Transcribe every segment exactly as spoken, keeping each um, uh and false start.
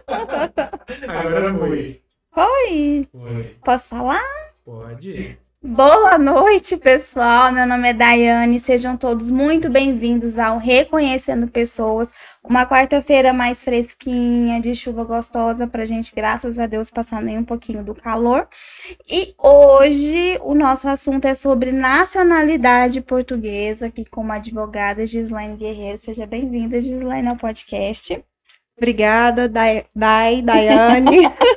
Agora foi. Oi! Foi. Posso falar? Pode. Boa noite, pessoal. Meu nome é Daiane. Sejam todos muito bem-vindos ao Reconhecendo Pessoas. Uma quarta-feira mais fresquinha, de chuva gostosa pra gente, graças a Deus, passando aí um pouquinho do calor. E hoje o nosso assunto é sobre nacionalidade portuguesa, aqui como advogada Gislaine Guerreiro. Seja bem-vinda, Gislaine, ao podcast. Obrigada, Dai, Dai Daiane.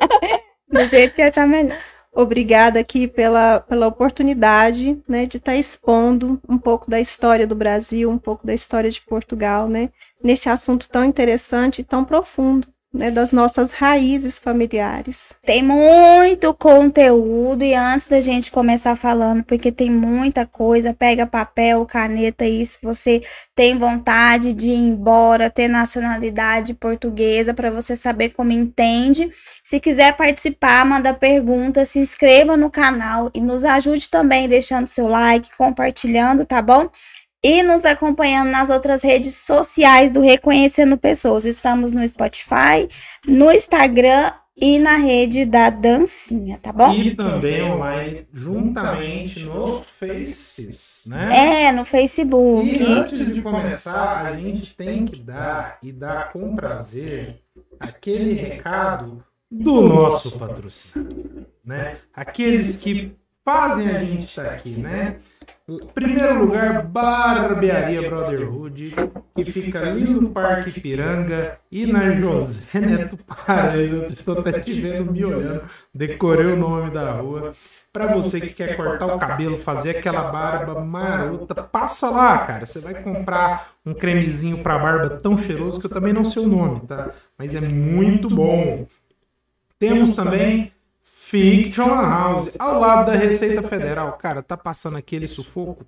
Do jeito que achar melhor. Obrigada aqui pela, pela oportunidade, né, de estar expondo um pouco da história do Brasil, um pouco da história de Portugal, né, nesse assunto tão interessante e tão profundo, né, das nossas raízes familiares. Tem muito conteúdo e antes da gente começar falando, porque tem muita coisa, pega papel, caneta aí, se você tem vontade de ir embora, ter nacionalidade portuguesa, para você saber como entende. Se quiser participar, manda pergunta, se inscreva no canal e nos ajude também deixando seu like, compartilhando, tá bom? E nos acompanhando nas outras redes sociais do Reconhecendo Pessoas. Estamos no Spotify, no Instagram e na rede da Dancinha, tá bom? E também online, juntamente no Faces, né? É, no Facebook. E antes de começar, a gente tem que dar, e dar com prazer, aquele recado do nosso patrocínio, né? Aqueles que fazem a gente estar aqui, né? Em primeiro lugar, Barbearia Brotherhood, que fica ali no Parque Ipiranga e na José Neto Paranhos. Eu estou até te vendo me olhando, decorei o nome da rua. Para você que quer cortar o cabelo, fazer aquela barba marota, passa lá, cara. Você vai comprar um cremezinho para barba tão cheiroso que eu também não sei o nome, tá? Mas é muito bom. Temos também Fiction House, ao lado da Receita Federal. Cara, tá passando aquele sufoco?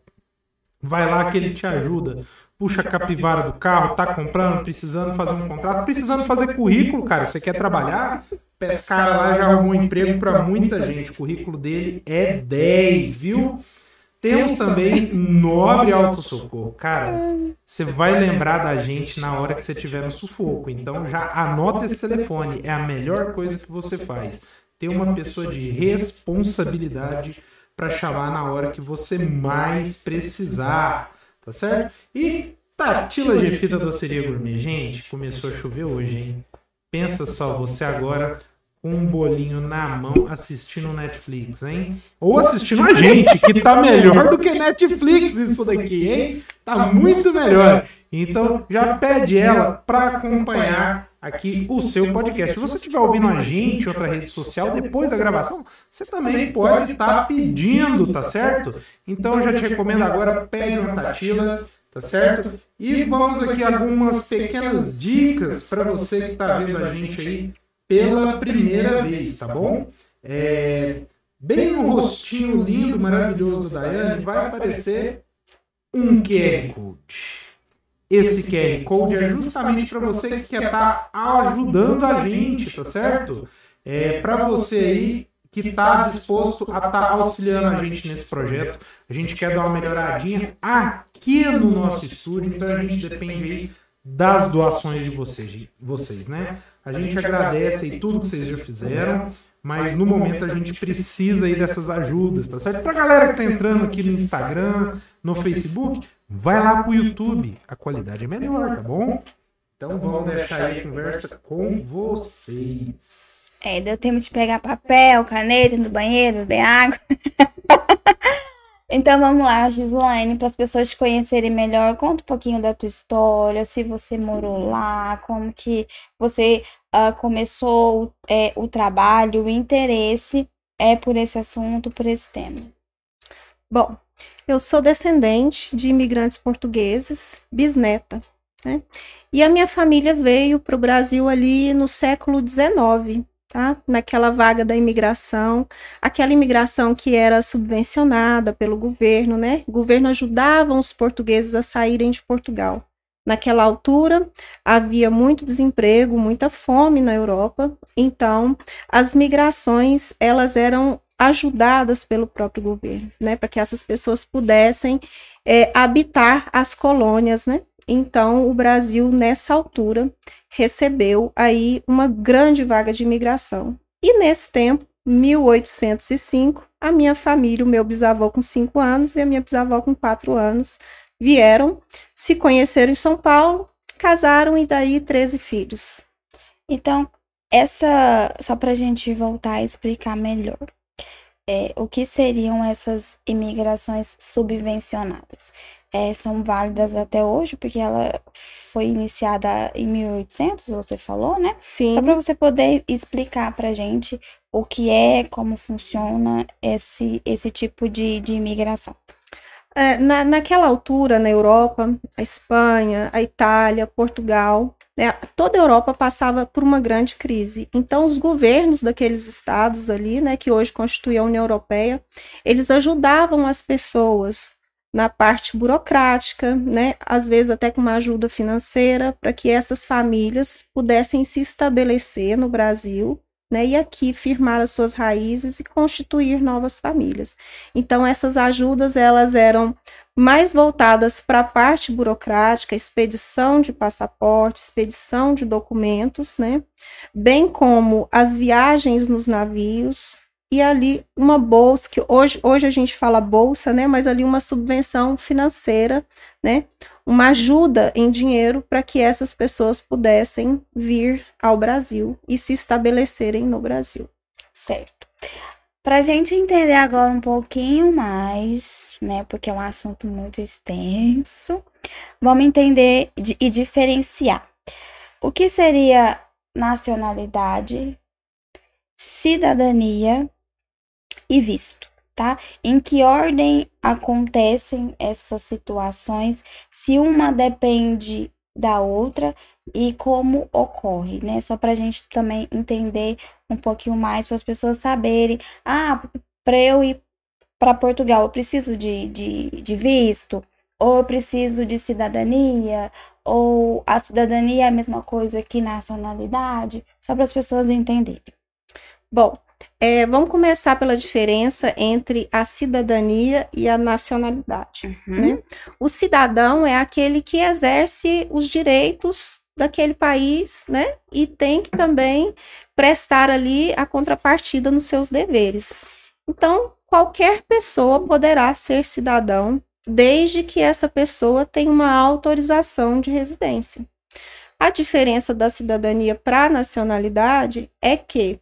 Vai lá que ele te ajuda. Puxa a capivara do carro, tá comprando, precisando fazer um contrato, precisando fazer currículo, cara. Você quer trabalhar? Esse cara lá já arrumou emprego pra muita gente. O currículo dele é dez, viu? Temos também Nobre Auto Socorro. Cara, você vai lembrar da gente na hora que você estiver no sufoco. Então já anota esse telefone. É a melhor coisa que você faz. Ter uma pessoa de responsabilidade para chamar na hora que você mais precisar, tá certo? E Tatila Gefita Doceria Gourmet. Gente, começou a chover hoje, hein? Pensa só, você agora com um bolinho na mão assistindo Netflix, hein? Ou assistindo a gente, que tá melhor do que Netflix isso daqui, hein? Tá muito melhor. Então, já pede ela para acompanhar aqui o seu podcast. Se você estiver ouvindo a gente em outra rede social depois da gravação, você também pode estar pedindo, tá certo? Então, eu já te recomendo agora, pede uma Tatila, tá certo? E vamos aqui algumas pequenas dicas para você que está vendo a gente aí pela primeira vez, tá bom? É, bem no rostinho lindo, maravilhoso da Daiane, vai aparecer um Q R Code. Esse Q R Code é justamente para você que quer estar ajudando a gente, tá certo? É para você aí que está disposto a estar auxiliando a gente nesse projeto. A gente quer dar uma melhoradinha aqui no nosso estúdio, então a gente depende aí das doações de vocês, vocês, né? A gente agradece aí tudo que vocês já fizeram, mas no momento a gente precisa aí dessas ajudas, tá certo? Pra galera que tá entrando aqui no Instagram, no Facebook, vai lá pro YouTube, a qualidade é melhor, tá bom? Então vamos deixar aí a conversa com vocês. É, deu tempo de pegar papel, caneta no banheiro, beber água. Então vamos lá, Gislaine, para as pessoas te conhecerem melhor, conta um pouquinho da tua história, se você morou lá, como que você uh, começou é, o trabalho, o interesse é, por esse assunto, por esse tema. Bom, eu sou descendente de imigrantes portugueses, bisneta, né? E a minha família veio para o Brasil ali no século dezenove, tá? Naquela vaga da imigração, aquela imigração que era subvencionada pelo governo, né? O governo ajudava os portugueses a saírem de Portugal. Naquela altura, havia muito desemprego, muita fome na Europa, então as migrações, elas eram ajudadas pelo próprio governo, né? Para que essas pessoas pudessem é, habitar as colônias, né? Então, o Brasil, nessa altura, recebeu aí uma grande vaga de imigração. E nesse tempo, mil oitocentos e cinco, a minha família, o meu bisavô com cinco anos e a minha bisavó com quatro anos, vieram, se conheceram em São Paulo, casaram e daí treze filhos. Então, essa, só para a gente voltar a explicar melhor, é, o que seriam essas imigrações subvencionadas? É, são válidas até hoje, porque ela foi iniciada em mil e oitocentos, você falou, né? Sim. Só para você poder explicar para a gente o que é, como funciona esse, esse tipo de, de imigração. É, na, naquela altura, na Europa, a Espanha, a Itália, Portugal, né, toda a Europa passava por uma grande crise. Então, os governos daqueles estados ali, né, que hoje constituem a União Europeia, eles ajudavam as pessoas na parte burocrática, né, às vezes até com uma ajuda financeira, para que essas famílias pudessem se estabelecer no Brasil, né, e aqui firmar as suas raízes e constituir novas famílias. Então, essas ajudas, elas eram mais voltadas para a parte burocrática, expedição de passaporte, expedição de documentos, né, bem como as viagens nos navios, e ali uma bolsa, que hoje, hoje a gente fala bolsa, né, mas ali uma subvenção financeira, né, uma ajuda em dinheiro para que essas pessoas pudessem vir ao Brasil e se estabelecerem no Brasil. Certo. Para a gente entender agora um pouquinho mais, né, porque é um assunto muito extenso, vamos entender e diferenciar. O que seria nacionalidade, cidadania e visto, tá? Em que ordem acontecem essas situações, se uma depende da outra e como ocorre, né? Só para a gente também entender um pouquinho mais, para as pessoas saberem, ah, para eu ir para Portugal, eu preciso de, de, de visto, ou eu preciso de cidadania, ou a cidadania é a mesma coisa que nacionalidade, só para as pessoas entenderem. Bom, É, vamos começar pela diferença entre a cidadania e a nacionalidade. Uhum. Né? O cidadão é aquele que exerce os direitos daquele país, né? E tem que também prestar ali a contrapartida nos seus deveres. Então, qualquer pessoa poderá ser cidadão, desde que essa pessoa tenha uma autorização de residência. A diferença da cidadania para a nacionalidade é que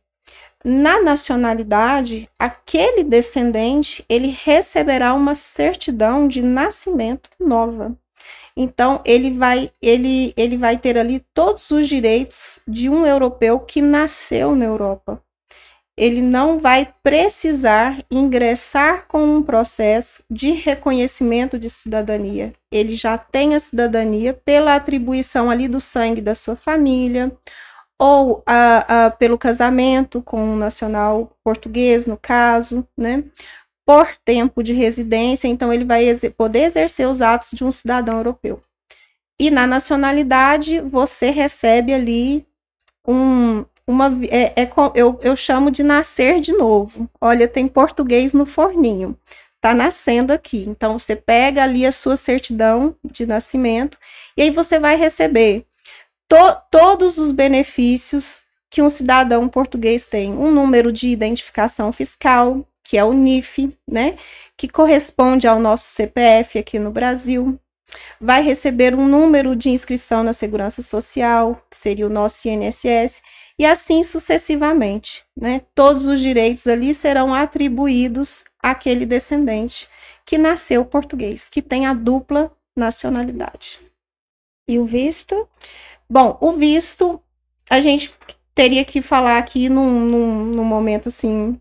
na nacionalidade, aquele descendente, ele receberá uma certidão de nascimento nova. Então, ele vai, ele, ele vai ter ali todos os direitos de um europeu que nasceu na Europa. Ele não vai precisar ingressar com um processo de reconhecimento de cidadania. Ele já tem a cidadania pela atribuição ali do sangue da sua família, ou a, a, pelo casamento com um nacional português, no caso, né? Por tempo de residência, então ele vai exer- poder exercer os atos de um cidadão europeu. E na nacionalidade, você recebe ali um, uma... É, é, eu, eu chamo de nascer de novo. Olha, tem português no forninho. Está nascendo aqui. Então, você pega ali a sua certidão de nascimento e aí você vai receber To, todos os benefícios que um cidadão português tem. Um número de identificação fiscal, que é o N I F, né, que corresponde ao nosso C P F aqui no Brasil. Vai receber um número de inscrição na Segurança Social, que seria o nosso I N S S, e assim sucessivamente, né? Todos os direitos ali serão atribuídos àquele descendente que nasceu português, que tem a dupla nacionalidade. E o visto? Bom, o visto, a gente teria que falar aqui num, num, num momento, assim,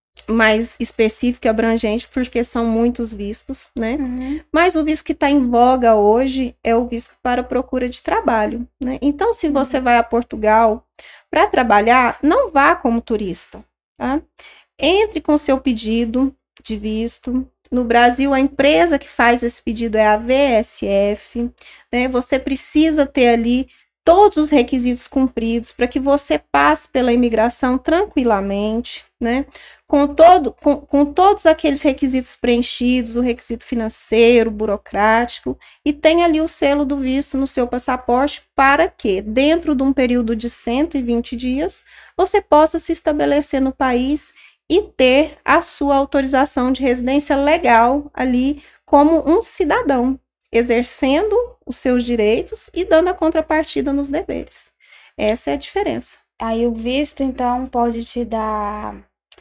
mais específico e abrangente, porque são muitos vistos, né? Uhum. Mas o visto que está em voga hoje é o visto para procura de trabalho, né? Então, se você vai a Portugal para trabalhar, não vá como turista, tá? Entre com seu pedido de visto. No Brasil, a empresa que faz esse pedido é a V S F, né? Você precisa ter ali todos os requisitos cumpridos para que você passe pela imigração tranquilamente, né? Com, todo, com, com todos aqueles requisitos preenchidos, o requisito financeiro, burocrático, e tem ali o selo do visto no seu passaporte para que, dentro de um período de cento e vinte dias, você possa se estabelecer no país e ter a sua autorização de residência legal ali como um cidadão, exercendo os seus direitos e dando a contrapartida nos deveres. Essa é a diferença. Aí o visto, então, pode te dar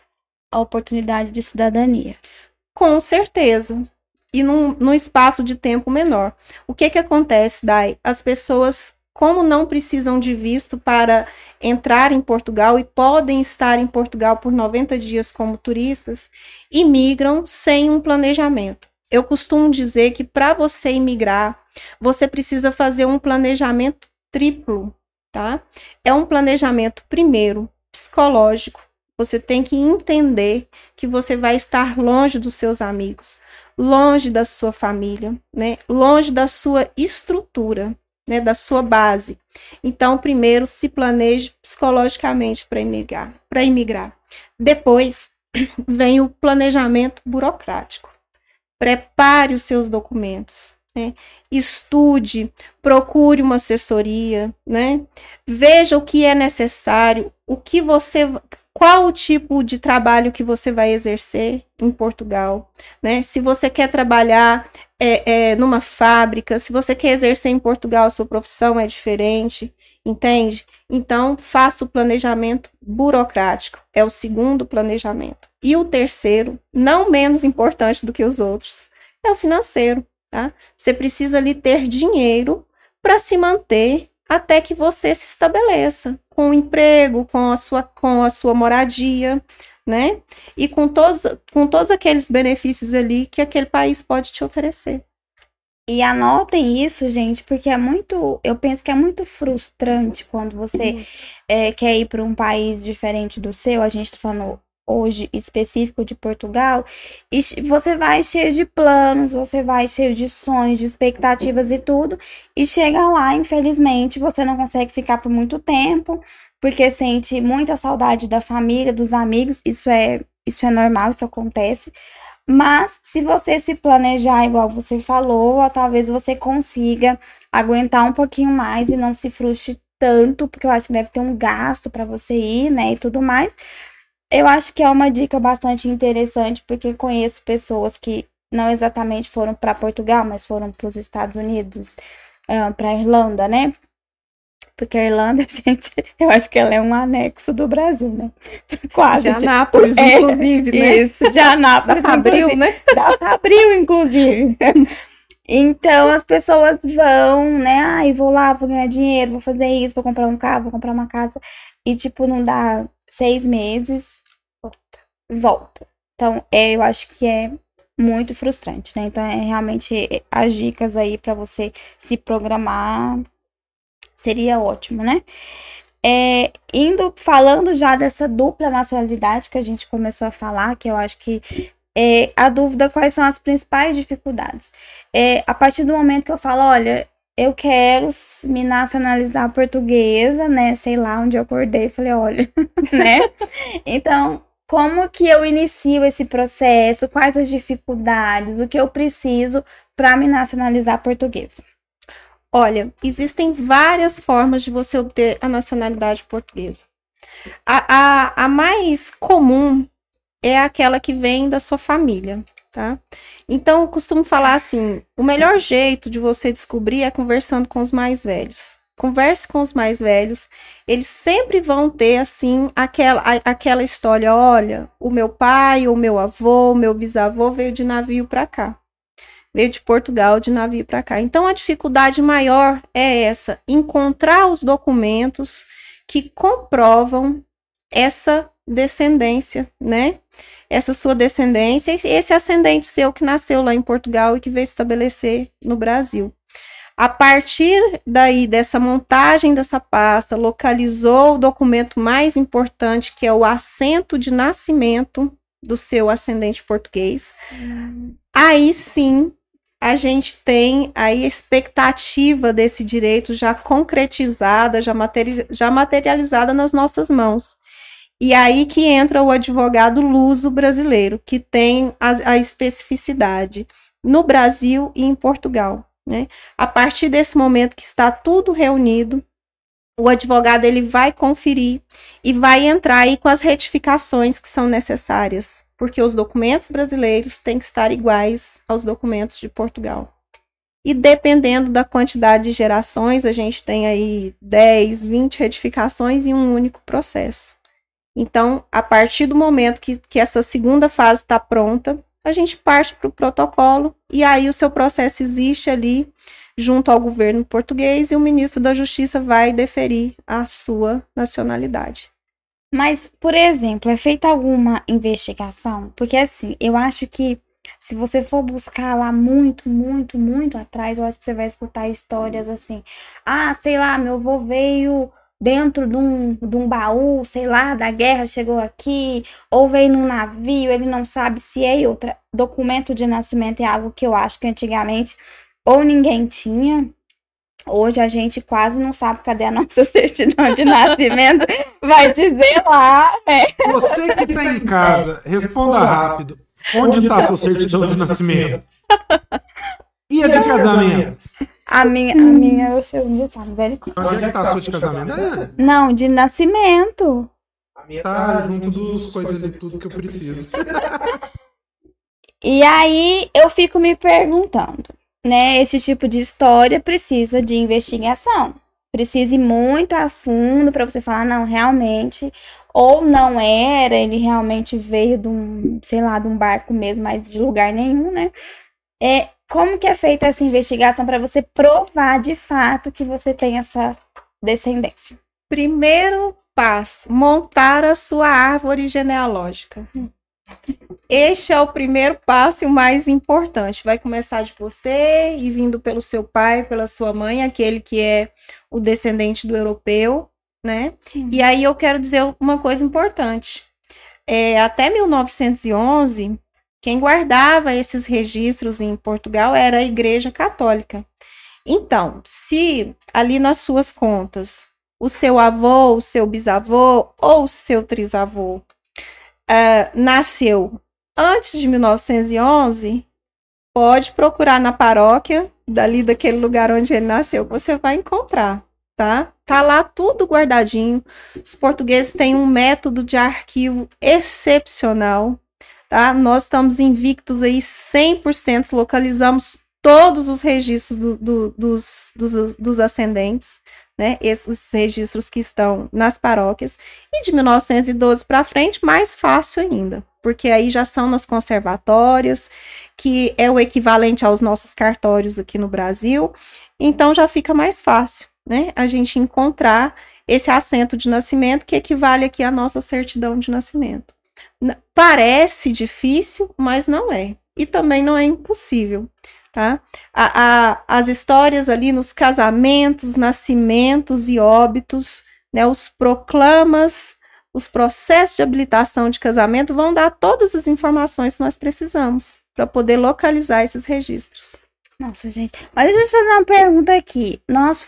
a oportunidade de cidadania. Com certeza. E num, num espaço de tempo menor. O que que acontece, Dai? As pessoas, como não precisam de visto para entrar em Portugal e podem estar em Portugal por noventa dias como turistas, imigram sem um planejamento. Eu costumo dizer que para você imigrar, você precisa fazer um planejamento triplo, tá? É um planejamento, primeiro, psicológico. Você tem que entender que você vai estar longe dos seus amigos, longe da sua família, né? Longe da sua estrutura, né? Da sua base. Então, primeiro, se planeje psicologicamente para imigrar, para imigrar. Depois, vem o planejamento burocrático. Prepare os seus documentos, né? Estude, procure uma assessoria, né? Veja o que é necessário, o que você, qual o tipo de trabalho que você vai exercer em Portugal, né? Se você quer trabalhar é, é, numa fábrica, se você quer exercer em Portugal, a sua profissão é diferente, entende? Então, faça o planejamento burocrático, é o segundo planejamento. E o terceiro, não menos importante do que os outros, é o financeiro, tá? Você precisa ali ter dinheiro para se manter até que você se estabeleça com o emprego, com a sua, com a sua moradia, né? E com todos, com todos aqueles benefícios ali que aquele país pode te oferecer. E anotem isso, gente, porque é muito, eu penso que é muito frustrante quando você é, quer ir para um país diferente do seu. A gente tá falando hoje específico de Portugal, e você vai cheio de planos, você vai cheio de sonhos, de expectativas e tudo, e chega lá, infelizmente, você não consegue ficar por muito tempo, porque sente muita saudade da família, dos amigos. Isso é, isso é normal, isso acontece. Mas se você se planejar igual você falou, talvez você consiga aguentar um pouquinho mais e não se frustre tanto, porque eu acho que deve ter um gasto para você ir, né, e tudo mais. Eu acho que é uma dica bastante interessante, porque conheço pessoas que não exatamente foram para Portugal, mas foram para os Estados Unidos, uh, para a Irlanda, né? Porque a Irlanda, gente, eu acho que ela é um anexo do Brasil, né? Quase. De Anápolis, é, inclusive, né? Isso, de Anápolis. Da Fabril, né? Da Fabril, inclusive. Então, as pessoas vão, né? Ai, vou lá, vou ganhar dinheiro, vou fazer isso, vou comprar um carro, vou comprar uma casa. E, tipo, não dá seis meses, volta. volta. Então, é, eu acho que é muito frustrante, né? Então, é realmente as dicas aí pra você se programar seria ótimo, né? É, indo, falando já dessa dupla nacionalidade que a gente começou a falar, que eu acho que é a dúvida quais são as principais dificuldades. É, a partir do momento que eu falo, olha, eu quero me nacionalizar portuguesa, né? Sei lá, onde eu acordei, falei, olha, né? Então, como que eu inicio esse processo? Quais as dificuldades? O que eu preciso para me nacionalizar portuguesa? Olha, existem várias formas de você obter a nacionalidade portuguesa. A, a, a mais comum é aquela que vem da sua família, tá? Então, eu costumo falar assim, o melhor jeito de você descobrir é conversando com os mais velhos. Converse com os mais velhos, eles sempre vão ter, assim, aquela, a, aquela história, olha, o meu pai, o meu avô, o meu bisavô veio de navio para cá. Veio de Portugal de navio para cá. Então, a dificuldade maior é essa, encontrar os documentos que comprovam essa descendência, né? Essa sua descendência, esse ascendente seu que nasceu lá em Portugal e que veio estabelecer no Brasil. A partir daí, dessa montagem dessa pasta, localizou o documento mais importante, que é o assento de nascimento do seu ascendente português. Hum. Aí sim, a gente tem aí a expectativa desse direito já concretizada, já, materi já materializada nas nossas mãos. E aí que entra o advogado luso brasileiro, que tem a, a especificidade no Brasil e em Portugal, né? A partir desse momento que está tudo reunido, o advogado ele vai conferir e vai entrar aí com as retificações que são necessárias, porque os documentos brasileiros têm que estar iguais aos documentos de Portugal. E dependendo da quantidade de gerações, a gente tem aí dez, vinte retificações em um único processo. Então, a partir do momento que, que essa segunda fase está pronta, a gente parte para o protocolo e aí o seu processo existe ali junto ao governo português e o ministro da Justiça vai deferir a sua nacionalidade. Mas, por exemplo, é feita alguma investigação? Porque, assim, eu acho que se você for buscar lá muito, muito, muito atrás, eu acho que você vai escutar histórias assim. Ah, sei lá, meu avô veio dentro de um, de um baú, sei lá, da guerra, chegou aqui, ou veio num navio, ele não sabe se é. E outra, documento de nascimento é algo que eu acho que antigamente ou ninguém tinha. Hoje a gente quase não sabe cadê a nossa certidão de nascimento. Vai dizer lá, né? Você que tá em casa, responda rápido. Onde tá a sua certidão de nascimento? E a de casamento? A minha, a minha, eu sei onde tá, misericórdia. Onde é que tá a sua de casamento? É, Não, de nascimento. tá junto dos coisas ali, tudo que eu preciso. E aí eu fico me perguntando, né? Esse tipo de história precisa de investigação. Precisa ir muito a fundo para você falar, não, realmente, ou não era, ele realmente veio de um, sei lá, de um barco mesmo, mas de lugar nenhum, né? É, como que é feita essa investigação para você provar de fato que você tem essa descendência? Primeiro passo, montar a sua árvore genealógica. Este é o primeiro passo e o mais importante. Vai começar de você e vindo pelo seu pai, pela sua mãe, aquele que é o descendente do europeu, né? Hum. E aí eu quero dizer uma coisa importante. É, até mil novecentos e onze, quem guardava esses registros em Portugal era a Igreja Católica. Então, se ali nas suas contas, o seu avô, o seu bisavô ou o seu trisavô Uh, nasceu antes de mil novecentos e onze, pode procurar na paróquia, dali daquele lugar onde ele nasceu, você vai encontrar, tá? Tá lá tudo guardadinho. Os portugueses têm um método de arquivo excepcional, tá? Nós estamos invictos aí cem por cento, localizamos todos os registros do, do, dos, dos, dos ascendentes, né, esses registros que estão nas paróquias, e de mil novecentos e doze para frente, mais fácil ainda, porque aí já são nas conservatórias, que é o equivalente aos nossos cartórios aqui no Brasil, então já fica mais fácil, né, a gente encontrar esse assento de nascimento que equivale aqui à nossa certidão de nascimento. Parece difícil, mas não é, e também não é impossível. Tá? A, a, as histórias ali nos casamentos, nascimentos e óbitos, né, os proclamas, os processos de habilitação de casamento vão dar todas as informações que nós precisamos para poder localizar esses registros. Nossa, gente. Mas deixa eu te fazer uma pergunta aqui. Nós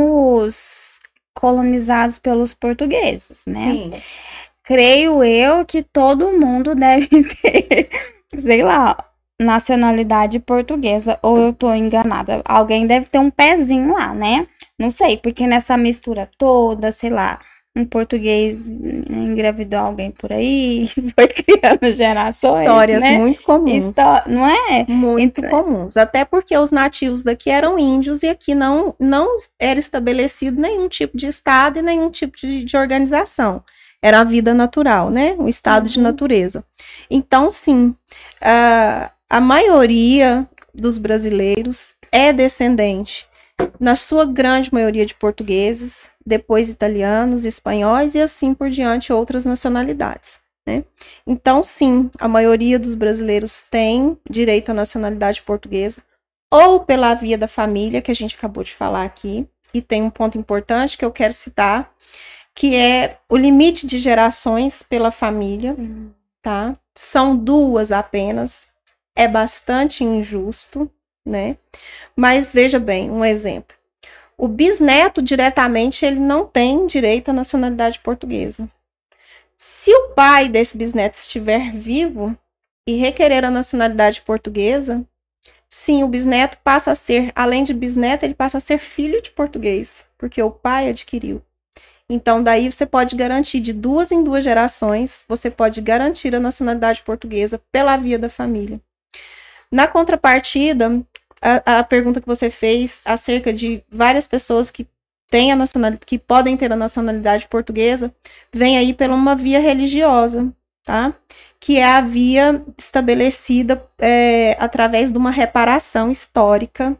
fomos colonizados pelos portugueses, né? Sim. Creio eu que todo mundo deve ter, sei lá, nacionalidade portuguesa, ou eu tô enganada? Alguém deve ter um pezinho lá, né? Não sei, porque nessa mistura toda, sei lá, um português engravidou alguém por aí, foi criando gerações, Histórias né? muito comuns. Histó- não é? Muito Então- comuns, até porque os nativos daqui eram índios e aqui não, não era estabelecido nenhum tipo de estado e nenhum tipo de, de organização. Era a vida natural, né? O estado de Uhum. natureza. Então, sim, a, a maioria dos brasileiros é descendente, na sua grande maioria, de portugueses, depois italianos, espanhóis e assim por diante, outras nacionalidades, né? Então, sim, a maioria dos brasileiros tem direito à nacionalidade portuguesa, ou pela via da família, que a gente acabou de falar aqui, e tem um ponto importante que eu quero citar, que é o limite de gerações pela família, tá? São duas apenas, é bastante injusto, né? Mas veja bem, um exemplo. O bisneto, diretamente, ele não tem direito à nacionalidade portuguesa. Se o pai desse bisneto estiver vivo e requerer a nacionalidade portuguesa, sim, o bisneto passa a ser, além de bisneto, ele passa a ser filho de português, porque o pai adquiriu. Então, daí você pode garantir, de duas em duas gerações, você pode garantir a nacionalidade portuguesa pela via da família. Na contrapartida, a, a pergunta que você fez acerca de várias pessoas que têm a nacionalidade, que podem ter a nacionalidade portuguesa, vem aí por uma via religiosa, tá? Que é a via estabelecida é, através de uma reparação histórica,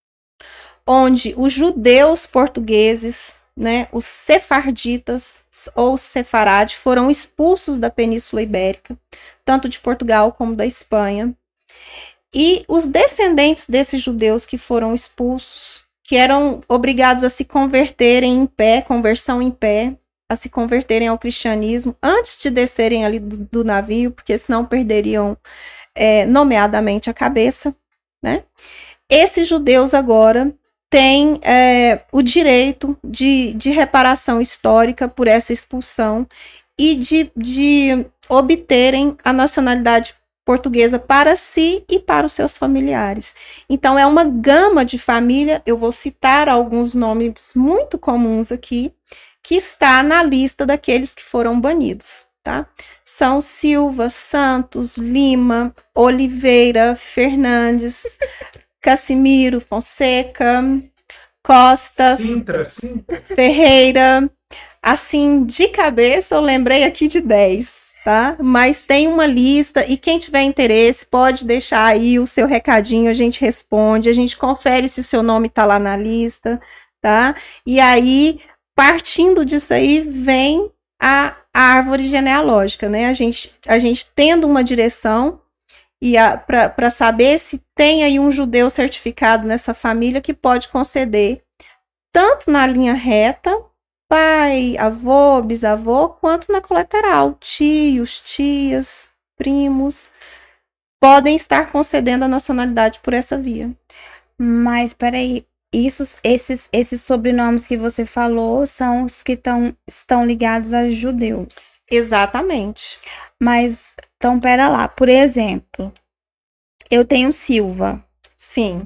onde os judeus portugueses, né, os sefarditas ou sefarade, foram expulsos da Península Ibérica, tanto de Portugal como da Espanha. E os descendentes desses judeus que foram expulsos, que eram obrigados a se converterem em pé, conversão em pé, a se converterem ao cristianismo antes de descerem ali do, do navio, porque senão perderiam é, nomeadamente a cabeça, né? Esses judeus agora têm é, o direito de, de reparação histórica por essa expulsão e de, de obterem a nacionalidade portuguesa para si e para os seus familiares. Então, é uma gama de família, eu vou citar alguns nomes muito comuns aqui, que está na lista daqueles que foram banidos, tá? São Silva, Santos, Lima, Oliveira, Fernandes, Cassimiro, Fonseca, Costa, Sintra, Sintra. Ferreira. Assim, de cabeça, eu lembrei aqui de dez. Tá? Mas tem uma lista e quem tiver interesse pode deixar aí o seu recadinho, a gente responde, a gente confere se o seu nome tá lá na lista, tá? E aí, partindo disso aí, vem a árvore genealógica, né? A gente, a gente tendo uma direção e para saber se tem aí um judeu certificado nessa família que pode conceder tanto na linha reta, pai, avô, bisavô, quanto na colateral, tios, tias, primos, podem estar concedendo a nacionalidade por essa via. Mas, peraí, isso, esses, esses sobrenomes que você falou são os que tão, estão ligados a judeus. Exatamente. Mas, então, pera lá, por exemplo, eu tenho Silva. Sim.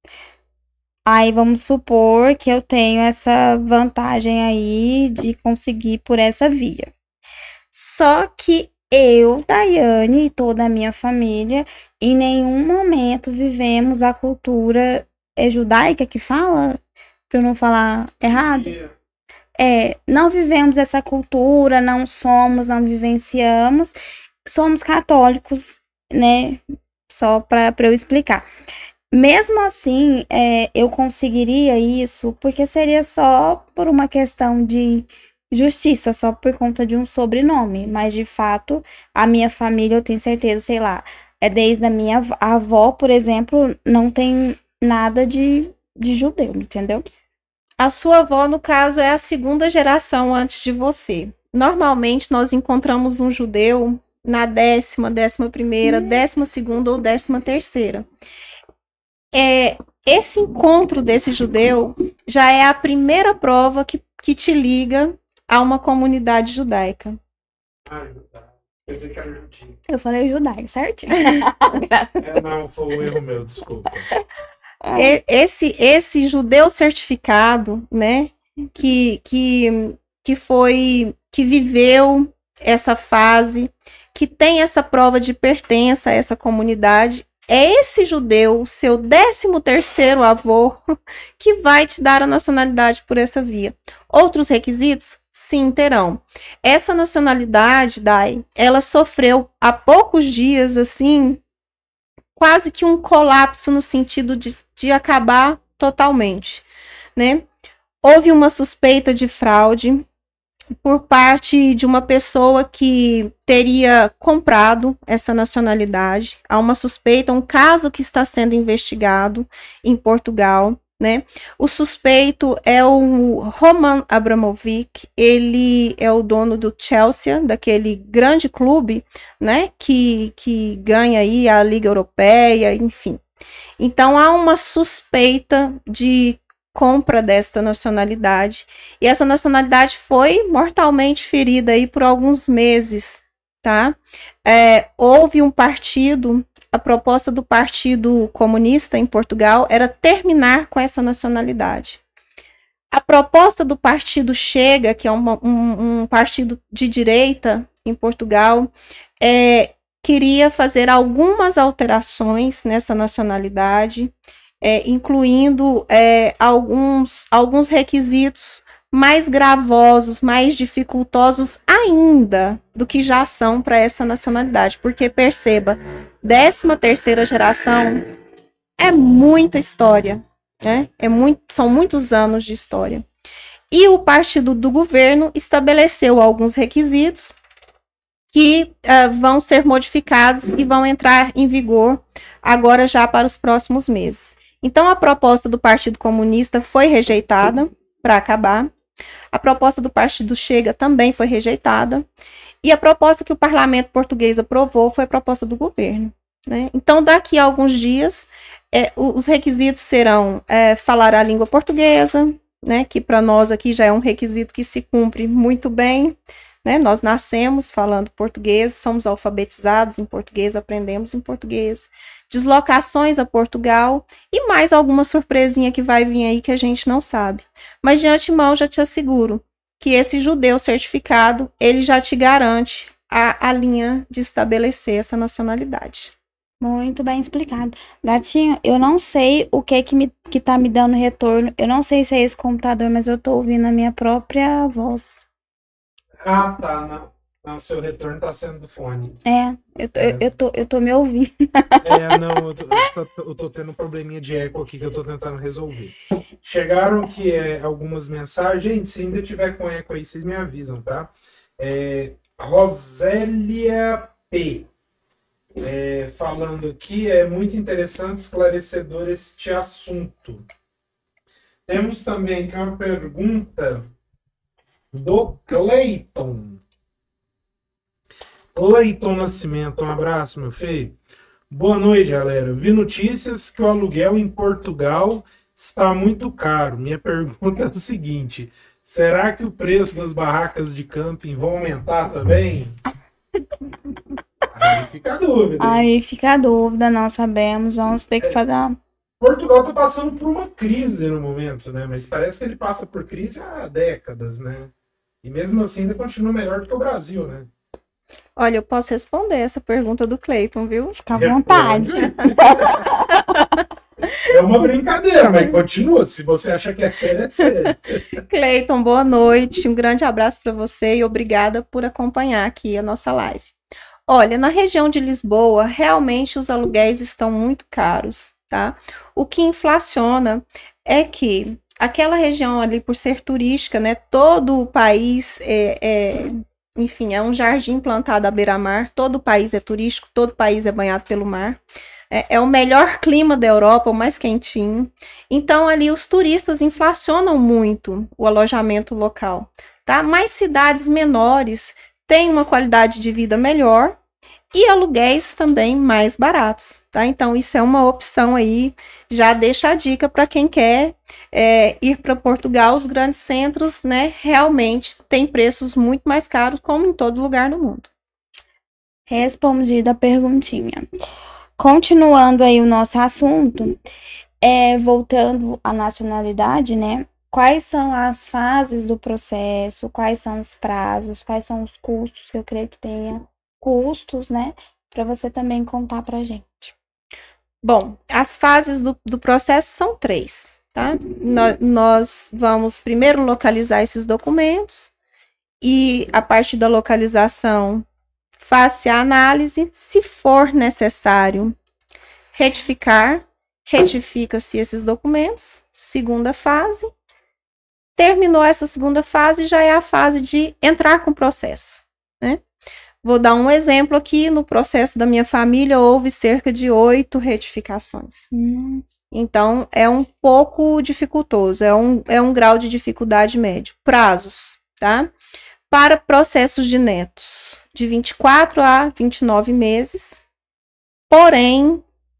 Aí vamos supor que eu tenho essa vantagem aí de conseguir por essa via. Só que eu, Daiane e toda a minha família, em nenhum momento vivemos a cultura é judaica que fala, para eu não falar errado. É, não vivemos essa cultura, não somos, não vivenciamos, somos católicos, né? Só para eu explicar. Mesmo assim, é, eu conseguiria isso porque seria só por uma questão de justiça, só por conta de um sobrenome. Mas, de fato, a minha família, eu tenho certeza, sei lá, é desde a minha avó, por exemplo, não tem nada de, de judeu, entendeu? A sua avó, no caso, é a segunda geração antes de você. Normalmente, nós encontramos um judeu na décima, décima primeira, hum. décima segunda ou décima terceira. É, esse encontro desse judeu já é a primeira prova que, que te liga a uma comunidade judaica. Ah, pensei que era judio. Eu falei judaico, certo? É, não, foi um erro meu, desculpa. Esse, esse judeu certificado, né, que, que, que foi, que viveu essa fase, que tem essa prova de pertença a essa comunidade, é esse judeu, seu décimo terceiro avô, que vai te dar a nacionalidade por essa via. Outros requisitos? Sim, terão. Essa nacionalidade, Dai, ela sofreu há poucos dias, assim, quase que um colapso no sentido de, de acabar totalmente, né? Houve uma suspeita de fraude por parte de uma pessoa que teria comprado essa nacionalidade. Há uma suspeita, um caso que está sendo investigado em Portugal, né? O suspeito é o Roman Abramovich, ele é o dono do Chelsea, daquele grande clube, né? Que, que ganha aí a Liga Europeia, enfim. Então, há uma suspeita de compra desta nacionalidade, e essa nacionalidade foi mortalmente ferida aí por alguns meses, tá? É, houve um partido, a proposta do Partido Comunista em Portugal era terminar com essa nacionalidade. A proposta do Partido Chega, que é um, um, um partido de direita em Portugal, é, queria fazer algumas alterações nessa nacionalidade, é, incluindo é, alguns, alguns requisitos mais gravosos, mais dificultosos ainda do que já são para essa nacionalidade. Porque, perceba, décima terceira geração é muita história, né? É muito, são muitos anos de história. E o partido do governo estabeleceu alguns requisitos que uh, vão ser modificados e vão entrar em vigor agora já para os próximos meses. Então, a proposta do Partido Comunista foi rejeitada para acabar. A proposta do Partido Chega também foi rejeitada. E a proposta que o parlamento português aprovou foi a proposta do governo, né? Então, daqui a alguns dias, é, os requisitos serão é, falar a língua portuguesa, né, que para nós aqui já é um requisito que se cumpre muito bem, né? Nós nascemos falando português, somos alfabetizados em português, aprendemos em português. Deslocações a Portugal e mais alguma surpresinha que vai vir aí que a gente não sabe. Mas de antemão já te asseguro que esse judeu certificado, ele já te garante a, a linha de estabelecer essa nacionalidade. Muito bem explicado. Gatinho, eu não sei o que que, me, que tá me dando retorno. Eu não sei se é esse computador, mas eu tô ouvindo a minha própria voz. Ah, tá. Não. Não, seu retorno tá sendo do fone. É, eu tô, É. Eu, eu tô, eu tô me ouvindo. É, não, eu tô, eu tô- eu tô tendo um probleminha de eco aqui que eu tô tentando resolver. Chegaram aqui é, algumas mensagens. Gente, se ainda tiver com eco aí, vocês me avisam, tá? É, Rosélia P. é, falando aqui, é muito interessante, esclarecedor este assunto. Temos também aqui uma pergunta do Cleiton. Cleiton Nascimento, um abraço, meu filho. Boa noite, galera. Vi notícias que o aluguel em Portugal está muito caro. Minha pergunta é a seguinte: será que o preço das barracas de camping vão aumentar também? Aí fica a dúvida. hein? Aí fica a dúvida, não sabemos. Vamos ter que fazer uma. Portugal está passando por uma crise no momento, né? Mas parece que ele passa por crise há décadas, né? E mesmo assim ainda continua melhor do que o Brasil, né? Olha, eu posso responder essa pergunta do Cleiton, viu? Fica à vontade. É uma brincadeira, mas continua. Se você acha que é sério, é sério. Cleiton, boa noite. Um grande abraço para você e obrigada por acompanhar aqui a nossa live. Olha, na região de Lisboa, realmente os aluguéis estão muito caros, tá? O que inflaciona é que aquela região ali, por ser turística, né? Todo o país é, é enfim, é um jardim plantado à beira-mar, todo o país é turístico, todo o país é banhado pelo mar. É, é o melhor clima da Europa, o mais quentinho. Então, ali, os turistas inflacionam muito o alojamento local, tá? Mas cidades menores têm uma qualidade de vida melhor e aluguéis também mais baratos, tá? Então, isso é uma opção aí, já deixa a dica para quem quer é, ir para Portugal. Os grandes centros, né, realmente têm preços muito mais caros, como em todo lugar do mundo. Respondida a perguntinha. Continuando aí o nosso assunto, é, voltando à nacionalidade, né? Quais são as fases do processo, quais são os prazos, quais são os custos, que eu creio que tenha custos, né? Para você também contar pra gente. Bom, as fases do, do processo são três, tá? No, nós vamos primeiro localizar esses documentos e, a partir da localização, faz-se a análise. Se for necessário retificar, retifica-se esses documentos. Segunda fase. Terminou essa segunda fase, já é a fase de entrar com o processo, né? Vou dar um exemplo aqui. No processo da minha família, houve cerca de oito retificações. Hum. Então, é um pouco dificultoso, é um, é um grau de dificuldade médio. Prazos, tá? Para processos de netos, de vinte e quatro a vinte e nove meses. Porém,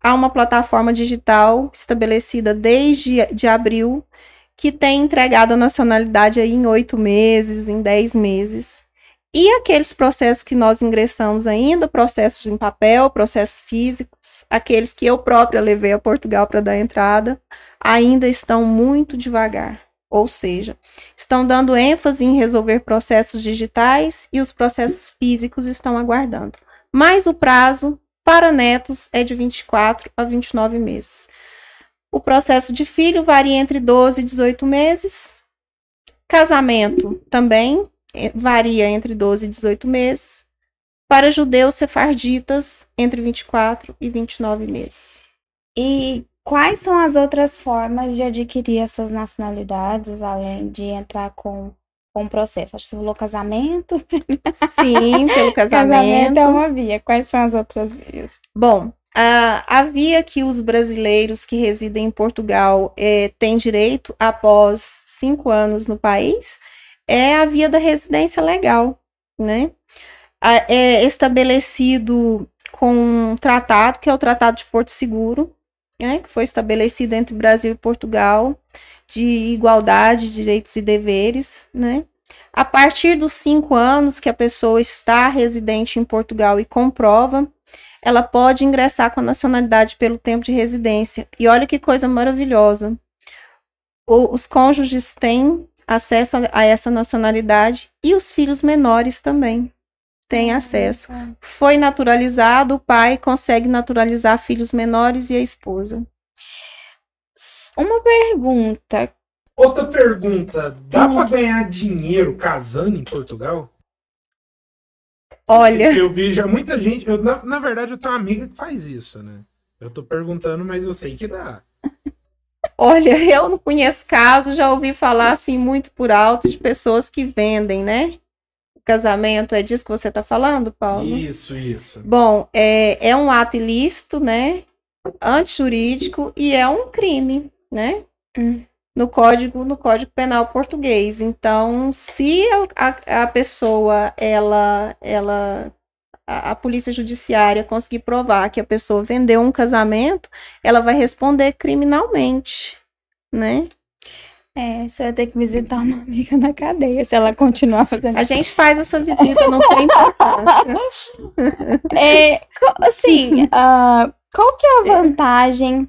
há uma plataforma digital estabelecida desde de abril, que tem entregado a nacionalidade aí em oito meses, em dez meses. E aqueles processos que nós ingressamos ainda, processos em papel, processos físicos, aqueles que eu própria levei a Portugal para dar entrada, ainda estão muito devagar. Ou seja, estão dando ênfase em resolver processos digitais e os processos físicos estão aguardando. Mas o prazo para netos é de vinte e quatro a vinte e nove meses. O processo de filho varia entre doze e dezoito meses. Casamento também varia entre doze e dezoito meses. Para judeus sefarditas, entre vinte e quatro e vinte e nove meses. E quais são as outras formas de adquirir essas nacionalidades, além de entrar com com o processo? Acho que você falou casamento. Sim, pelo casamento. Casamento é uma via. Quais são as outras vias? Bom, a, a via que os brasileiros que residem em Portugal é, têm direito após cinco anos no país é a via da residência legal, né? É estabelecido com um tratado, que é o Tratado de Porto Seguro, né, que foi estabelecido entre Brasil e Portugal, de igualdade, direitos e deveres, né? A partir dos cinco anos que a pessoa está residente em Portugal e comprova, ela pode ingressar com a nacionalidade pelo tempo de residência. E olha que coisa maravilhosa. O, os cônjuges têm acesso a, a essa nacionalidade e os filhos menores também têm acesso. Foi naturalizado, o pai consegue naturalizar filhos menores e a esposa. Uma pergunta. Outra pergunta. Dá hum. para ganhar dinheiro casando em Portugal? Olha... Porque eu vi já muita gente... Eu, na, na verdade, eu tenho uma amiga que faz isso, né? Eu tô perguntando, mas eu sei que dá. Olha, eu não conheço caso, já ouvi falar assim muito por alto de pessoas que vendem, né? O casamento, é disso que você tá falando, Paulo? Isso, isso. Bom, é, é um ato ilícito, né? Antijurídico e é um crime, né? Hum. No Código, no Código Penal português. Então, se a, a pessoa, ela, ela, a, a polícia judiciária conseguir provar que a pessoa vendeu um casamento, ela vai responder criminalmente, né? É, você vai ter que visitar uma amiga na cadeia, se ela continuar fazendo. A gente faz essa visita, não tem importância. É, assim, uh, qual que é a vantagem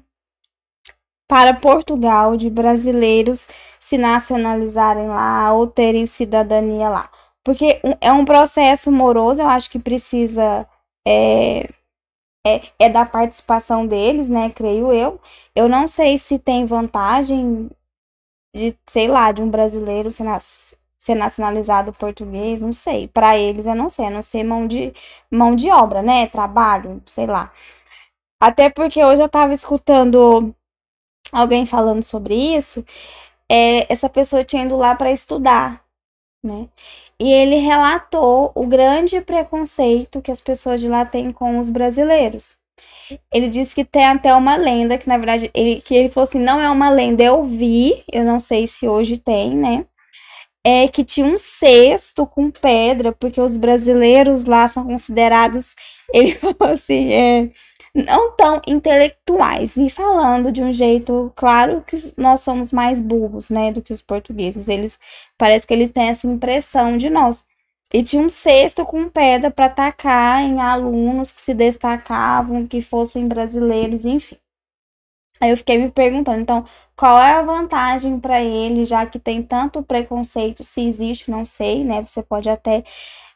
para Portugal de brasileiros se nacionalizarem lá ou terem cidadania lá? Porque é um processo moroso, eu acho que precisa é, é, é da participação deles, né, creio eu. Eu não sei se tem vantagem de, sei lá, de um brasileiro ser, nas, ser nacionalizado português, não sei. Para eles eu não sei, a não ser mão de, mão de obra, né, trabalho, sei lá. Até porque hoje eu tava escutando alguém falando sobre isso, é, essa pessoa tinha ido lá para estudar, né? E ele relatou o grande preconceito que as pessoas de lá têm com os brasileiros. Ele disse que tem até uma lenda, que na verdade, ele, que ele falou assim, não é uma lenda, eu vi, eu não sei se hoje tem, né? É que tinha um cesto com pedra, porque os brasileiros lá são considerados, ele falou assim, é... não tão intelectuais, e falando de um jeito, claro que nós somos mais burros, né, do que os portugueses, eles, parece que eles têm essa impressão de nós, e tinha um cesto com pedra para atacar em alunos que se destacavam, que fossem brasileiros, enfim. Aí eu fiquei me perguntando, então, qual é a vantagem para ele, já que tem tanto preconceito, se existe, não sei, né, você pode até,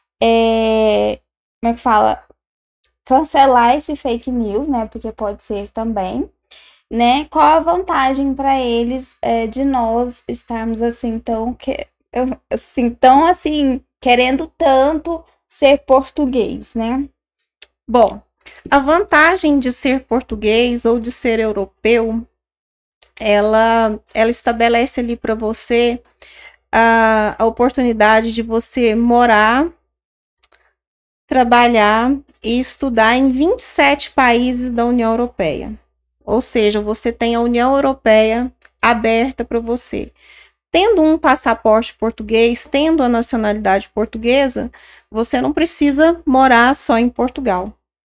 é, como é que fala, cancelar esse fake news, né? Porque pode ser também, né? Qual a vantagem para eles é, de nós estarmos assim tão que assim tão assim querendo tanto ser português, né? Bom, a vantagem de ser português ou de ser europeu, ela ela estabelece ali para você a, a oportunidade de você morar, trabalhar e estudar em vinte e sete países da União Europeia. Ou seja, você tem a União Europeia aberta para você. Tendo um passaporte português, tendo a nacionalidade portuguesa, você não precisa morar só em Portugal,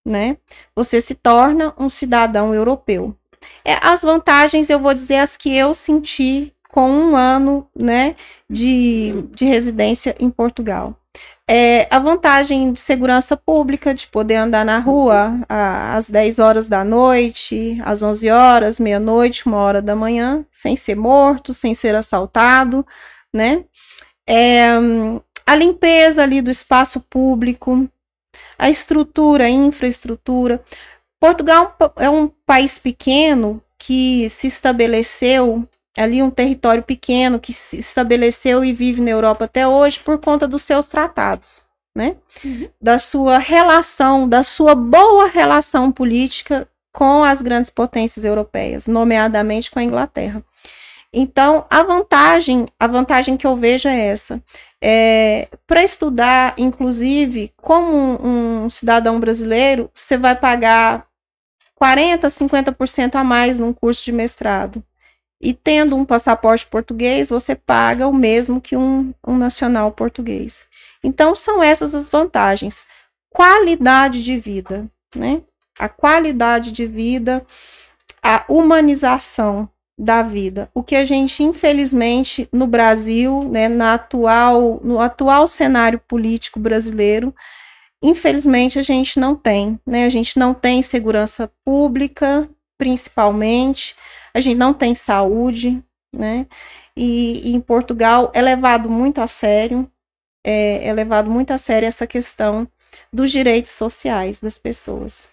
né? Você se torna um cidadão europeu. É, as vantagens, eu vou dizer as que eu senti com um ano, né, de, de residência em Portugal. É, a vantagem de segurança pública, de poder andar na rua a, às dez horas da noite, às onze horas, meia-noite, uma hora da manhã, sem ser morto, sem ser assaltado, né? É, a limpeza ali do espaço público, a estrutura, a infraestrutura. Portugal é um país pequeno que se estabeleceu ali, um território pequeno que se estabeleceu e vive na Europa até hoje por conta dos seus tratados, né? Uhum. Da sua relação, da sua boa relação política com as grandes potências europeias, nomeadamente com a Inglaterra. Então, a vantagem, a vantagem que eu vejo é essa. É, para estudar, inclusive, como um, um cidadão brasileiro, você vai pagar quarenta, cinquenta por cento a mais num curso de mestrado. E tendo um passaporte português, você paga o mesmo que um, um nacional português. Então, são essas as vantagens. Qualidade de vida, né? A qualidade de vida, a humanização da vida. O que a gente, infelizmente, no Brasil, né, na atual, no atual cenário político brasileiro, infelizmente, a gente não tem, né? A gente não tem segurança pública, principalmente, a gente não tem saúde, né? E, e em Portugal é levado muito a sério, é, é levado muito a sério essa questão dos direitos sociais das pessoas.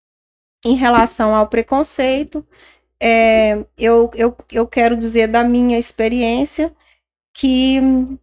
Em relação ao preconceito, é, eu, eu, eu quero dizer da minha experiência que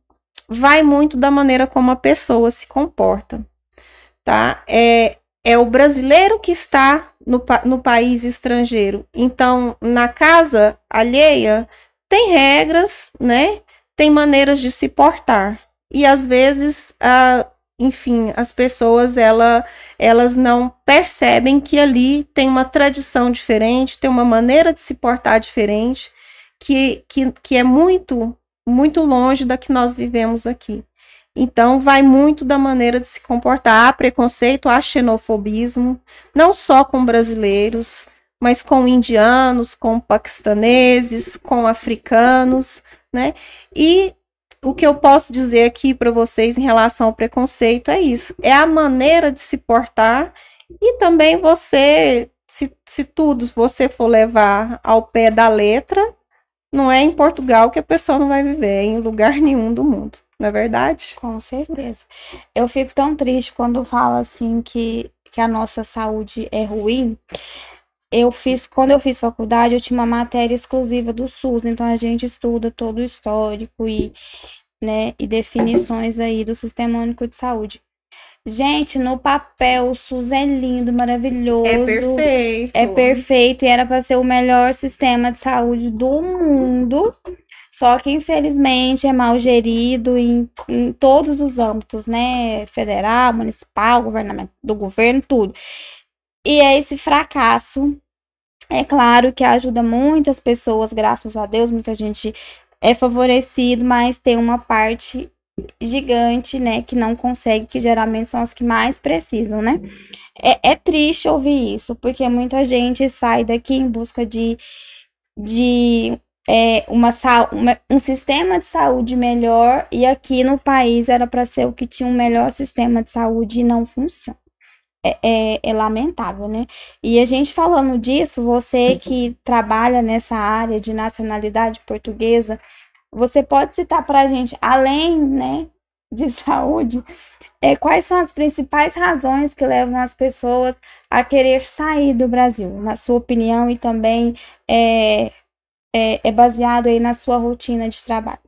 vai muito da maneira como a pessoa se comporta, tá? É, é o brasileiro que está no, no país estrangeiro. Então, na casa alheia, tem regras, né? Tem maneiras de se portar. E, às vezes, a, enfim, as pessoas, ela, elas não percebem que ali tem uma tradição diferente, tem uma maneira de se portar diferente, que, que, que é muito, muito longe da que nós vivemos aqui. Então, vai muito da maneira de se comportar. Há preconceito, há xenofobismo, não só com brasileiros, mas com indianos, com paquistaneses, com africanos, né? E o que eu posso dizer aqui para vocês em relação ao preconceito é isso. É a maneira de se portar e também você, se, se tudo você for levar ao pé da letra, não é em Portugal que a pessoa não vai viver, é em lugar nenhum do mundo. Não é verdade? Com certeza. Eu fico tão triste quando fala assim que, que a nossa saúde é ruim. Eu fiz, quando eu fiz faculdade, eu tinha uma matéria exclusiva do SUS, então a gente estuda todo o histórico e, né, e definições aí do Sistema Único de Saúde. Gente, no papel, o SUS é lindo, maravilhoso. É perfeito. É perfeito e era para ser o melhor sistema de saúde do mundo. Só que, infelizmente, é mal gerido em, em todos os âmbitos, né? Federal, municipal, governamento, do governo, tudo. E é esse fracasso. É claro que ajuda muitas pessoas, graças a Deus, muita gente é favorecido, mas tem uma parte gigante, né, que não consegue, que geralmente são as que mais precisam, né? É, é triste ouvir isso, porque muita gente sai daqui em busca de... de É uma, uma, um sistema de saúde melhor, e aqui no país era para ser o que tinha um melhor sistema de saúde e não funciona. É, é, é lamentável, né? E a gente falando disso, você que trabalha nessa área de nacionalidade portuguesa, você pode citar para a gente, além, né, de saúde, é, quais são as principais razões que levam as pessoas a querer sair do Brasil, na sua opinião, e também é, É, é baseado aí na sua rotina de trabalho?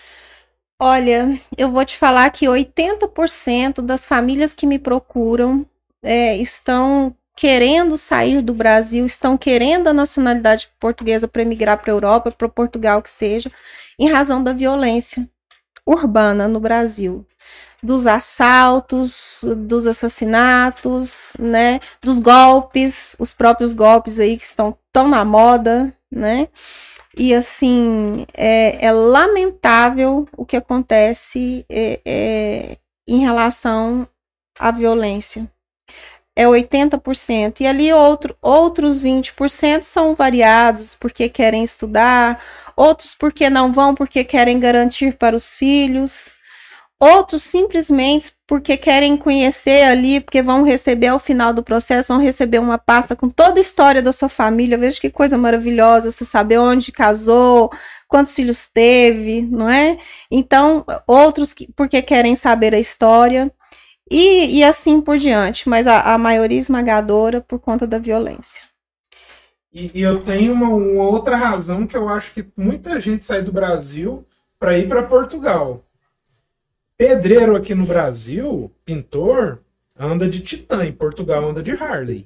Olha, eu vou te falar que oitenta por cento das famílias que me procuram é, estão querendo sair do Brasil, estão querendo a nacionalidade portuguesa para emigrar para a Europa, para Portugal, que seja, em razão da violência urbana no Brasil. Dos assaltos, dos assassinatos, né, dos golpes, os próprios golpes aí que estão tão na moda, né? E assim, é, é lamentável o que acontece é, é, em relação à violência. é oitenta por cento. E ali outro, outros vinte por cento são variados, porque querem estudar, outros porque não vão, porque querem garantir para os filhos, outros simplesmente porque querem conhecer ali, porque vão receber ao final do processo, vão receber uma pasta com toda a história da sua família. Veja que coisa maravilhosa, você saber onde casou, quantos filhos teve, não é? Então, outros que, porque querem saber a história, e, e assim por diante, mas a, a maioria esmagadora por conta da violência. E, e eu tenho uma, uma outra razão que eu acho que muita gente sai do Brasil para ir para Portugal. Pedreiro aqui no Brasil, pintor, anda de Titan, em Portugal anda de Harley.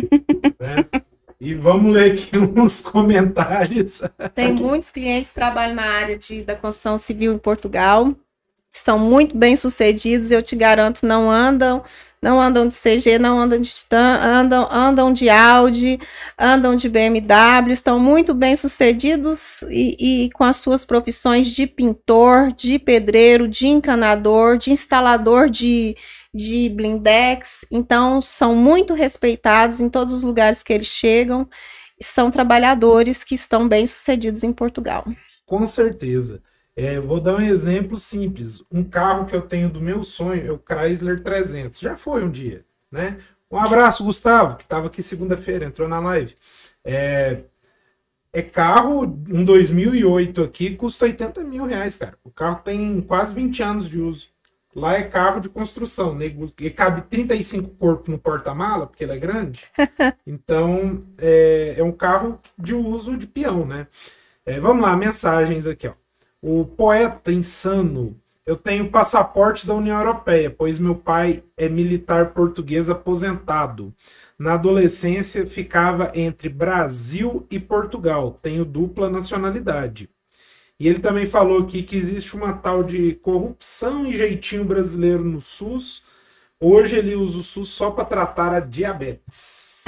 Né? E vamos ler aqui uns comentários. Tem muitos clientes que trabalham na área de, da construção civil em Portugal, são muito bem sucedidos, eu te garanto, não andam, não andam de C G, não andam de Titan, andam, andam de Audi, andam de B M W, estão muito bem sucedidos e, e com as suas profissões de pintor, de pedreiro, de encanador, de instalador de, de blindex, então são muito respeitados em todos os lugares que eles chegam, são trabalhadores que estão bem sucedidos em Portugal. Com certeza. É, vou dar um exemplo simples. Um carro que eu tenho do meu sonho é o Chrysler trezentos. Já foi um dia, né? Um abraço, Gustavo, que estava aqui segunda-feira, entrou na live. É, é carro, um dois mil e oito aqui, custa oitenta mil reais, cara. O carro tem quase vinte anos de uso. Lá é carro de construção, né? E cabe trinta e cinco corpos no porta-mala, porque ele é grande. Então, é, é um carro de uso de peão, né? É, vamos lá, mensagens aqui, ó. O poeta insano. Eu tenho passaporte da União Europeia, pois meu pai é militar português aposentado. Na adolescência ficava entre Brasil e Portugal. Tenho dupla nacionalidade. E ele também falou aqui que existe uma tal de corrupção e jeitinho brasileiro no SUS. Hoje ele usa o SUS só para tratar a diabetes.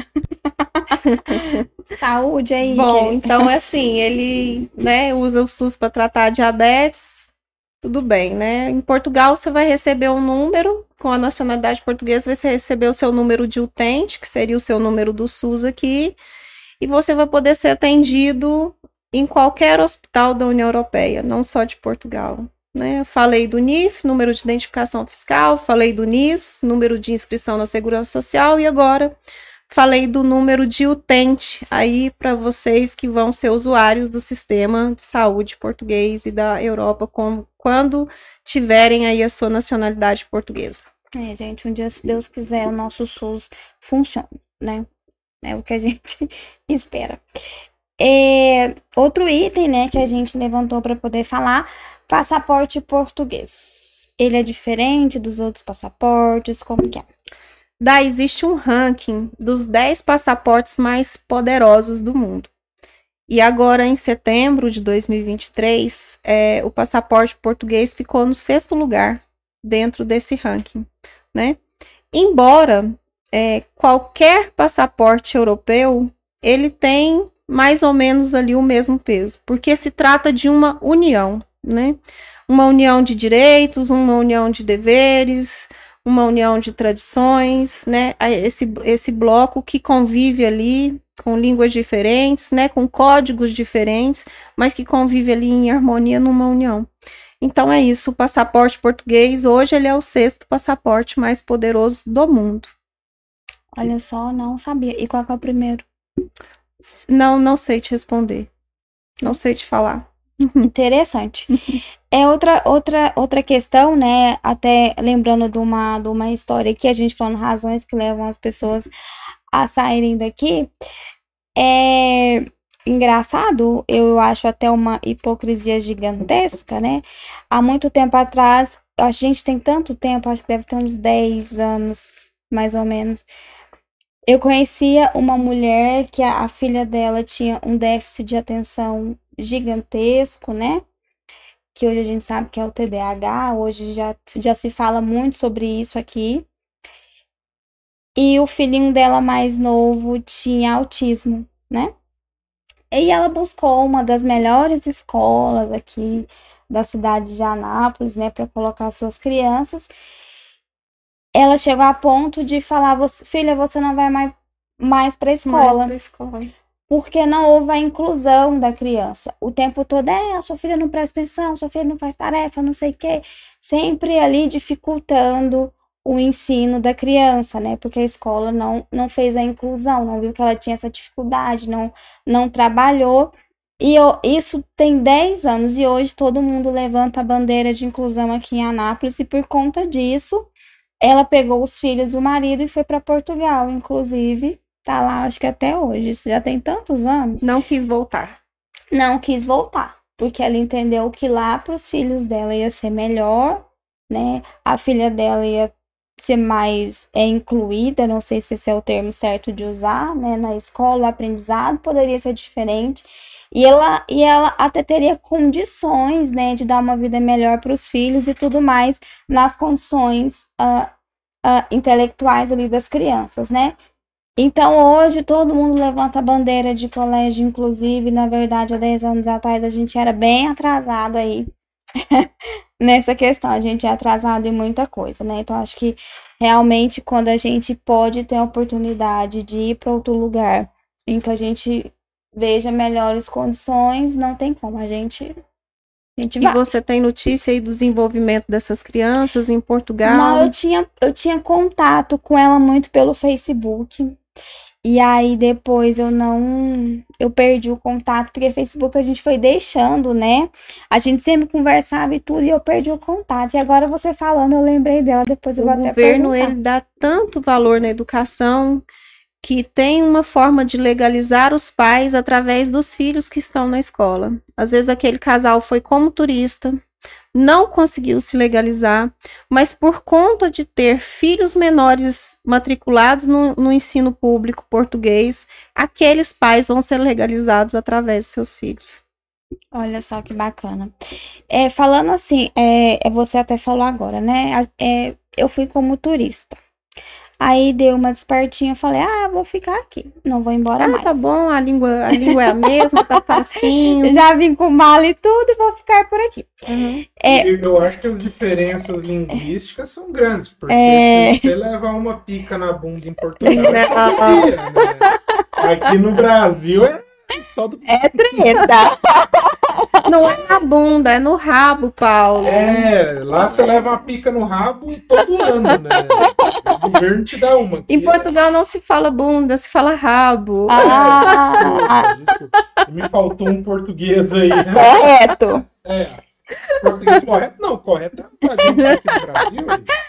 Saúde aí. Bom, que... então é assim, ele, né, usa o SUS para tratar a diabetes, tudo bem, né? Em Portugal você vai receber um número, com a nacionalidade portuguesa você vai receber o seu número de utente, que seria o seu número do SUS aqui, e você vai poder ser atendido em qualquer hospital da União Europeia, não só de Portugal. Né? Eu falei do N I F, número de identificação fiscal, falei do N I S, número de inscrição na Segurança Social, e agora falei do número de utente aí para vocês que vão ser usuários do sistema de saúde português e da Europa, como, quando tiverem aí a sua nacionalidade portuguesa. É, gente, um dia, se Deus quiser, o nosso SUS funcione, né? É o que a gente espera. É, outro item, né, que a gente levantou para poder falar, passaporte português. Ele é diferente dos outros passaportes? Como que é? Daí existe um ranking dos dez passaportes mais poderosos do mundo. E agora, em setembro de dois mil e vinte e três, é, o passaporte português ficou no sexto lugar dentro desse ranking, né? Embora é, qualquer passaporte europeu, ele tem mais ou menos ali o mesmo peso, porque se trata de uma união, né? Uma união de direitos, uma união de deveres, uma união de tradições, né? Esse, esse bloco que convive ali com línguas diferentes, né? Com códigos diferentes, mas que convive ali em harmonia numa união. Então é isso, o passaporte português, hoje ele é o sexto passaporte mais poderoso do mundo. Olha só, não sabia. E qual que é o primeiro? Não, não sei te responder. Não sei te falar. Interessante. É outra, outra, outra questão, né? Até lembrando de uma, de uma história aqui, a gente falando razões que levam as pessoas a saírem daqui. É engraçado, eu acho até uma hipocrisia gigantesca, né? Há muito tempo atrás, a gente tem tanto tempo, acho que deve ter uns dez anos, mais ou menos. Eu conhecia uma mulher que a, a filha dela tinha um déficit de atenção gigantesco, né? Que hoje a gente sabe que é o T D A H, hoje já, já se fala muito sobre isso aqui. E o filhinho dela mais novo tinha autismo, né? E ela buscou uma das melhores escolas aqui da cidade de Anápolis, né, para colocar suas crianças. ela chegou a ponto de falar, você, filha, você não vai mais, mais para a Mais escola. pra escola. Porque não houve a inclusão da criança. O tempo todo, é, a sua filha não presta atenção, sua filha não faz tarefa, não sei o quê. Sempre ali dificultando o ensino da criança, né? Porque a escola não, não fez a inclusão, não viu que ela tinha essa dificuldade, não, não trabalhou. E eu, isso tem dez anos e hoje todo mundo levanta a bandeira de inclusão aqui em Anápolis e por conta disso, ela pegou os filhos do marido e foi para Portugal, inclusive. Tá lá, acho que até hoje. Isso já tem tantos anos. Não quis voltar. Não quis voltar, porque ela entendeu que lá para os filhos dela ia ser melhor, né? A filha dela ia ser mais é, incluída, não sei se esse é o termo certo de usar, né? Na escola, o aprendizado poderia ser diferente. E ela, e ela até teria condições, né, de dar uma vida melhor para os filhos e tudo mais, nas condições uh, uh, intelectuais ali das crianças, né? Então, hoje, todo mundo levanta a bandeira de colégio, inclusive, na verdade, há dez anos atrás, a gente era bem atrasado aí nessa questão, a gente é atrasado em muita coisa, né? Então, acho que, realmente, quando a gente pode ter a oportunidade de ir para outro lugar, em que a gente veja melhores condições, não tem como, a gente, a gente E vai. você tem notícia aí do desenvolvimento dessas crianças em Portugal? Não, eu tinha, eu tinha contato com ela muito pelo Facebook. E aí depois eu não, eu perdi o contato, porque Facebook a gente foi deixando, né? A gente sempre conversava e tudo, e eu perdi o contato. E agora você falando, eu lembrei dela, depois eu O vou até governo, perguntar. ele dá tanto valor na educação que tem uma forma de legalizar os pais através dos filhos que estão na escola. Às vezes aquele casal foi como turista, não conseguiu se legalizar, mas por conta de ter filhos menores matriculados no, no ensino público português, aqueles pais vão ser legalizados através de seus filhos. Olha só que bacana. É, falando assim, é, é, você até falou agora, né? A- é, eu fui como turista. Aí dei uma despertinha, falei, ah, vou ficar aqui, não vou embora Ah, mais. tá bom, a língua, a língua é a mesma, tá facinho. Já vim com mala e tudo e vou ficar por aqui. Uhum. É, Eu, eu acho que as diferenças linguísticas são grandes, porque É. se você levar uma pica na bunda em Portugal, é Não. todo dia, né? Aqui no Brasil é só do... é treta. Não é na bunda, é no rabo, Paulo. É, lá você leva uma pica no rabo todo ano, né? O governo te dá uma. Em Aqui Portugal não se fala bunda, se fala rabo. Ah, é... Desculpa, desculpa. Me faltou um português aí, né? correto. É. Português correto? Não, correto é a gente aqui no Brasil.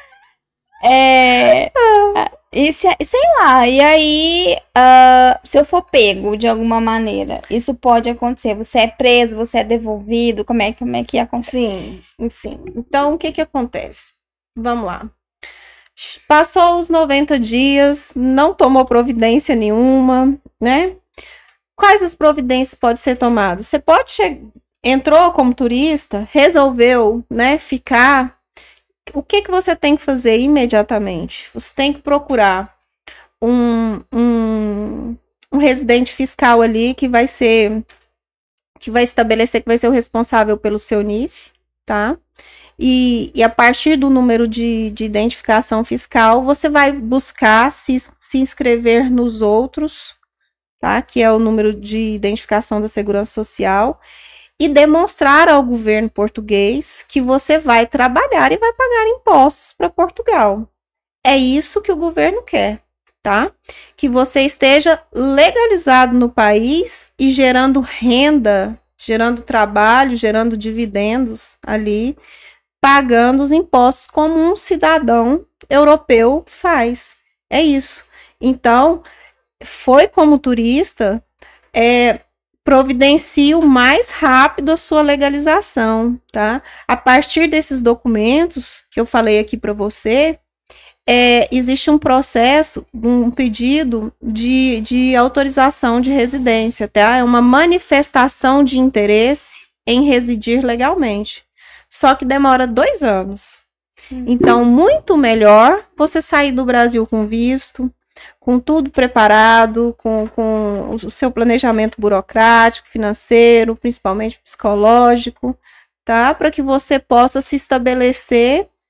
É, e se- sei lá, e aí, ah, se eu for pego de alguma maneira, isso pode acontecer. Você é preso, você é devolvido, como é, como é que acontece? Sim, sim. Então, o que que acontece? Vamos lá. Passou os noventa dias, não tomou providência nenhuma, né? Quais as providências podem ser tomadas? Você pode chegar, entrou como turista, resolveu, né, ficar. O que que você tem que fazer imediatamente? Você tem que procurar um, um, um residente fiscal ali que vai ser, que vai estabelecer que vai ser o responsável pelo seu N I F, tá? E, e a partir do número de, de identificação fiscal, você vai buscar se, se inscrever nos outros, tá? Que é o número de identificação da Segurança Social, e demonstrar ao governo português que você vai trabalhar e vai pagar impostos para Portugal. É isso que o governo quer, tá? Que você esteja legalizado no país e gerando renda, gerando trabalho, gerando dividendos ali, pagando os impostos como um cidadão europeu faz. É isso. Então, foi como turista, é, providencie o mais rápido a sua legalização, tá? A partir desses documentos que eu falei aqui para você, é, existe um processo, um pedido de, de autorização de residência, tá? É uma manifestação de interesse em residir legalmente. Só que demora dois anos. Então, muito melhor você sair do Brasil com visto, com tudo preparado, com, com o seu planejamento burocrático, financeiro, principalmente psicológico, tá? Para que você possa se estabelecer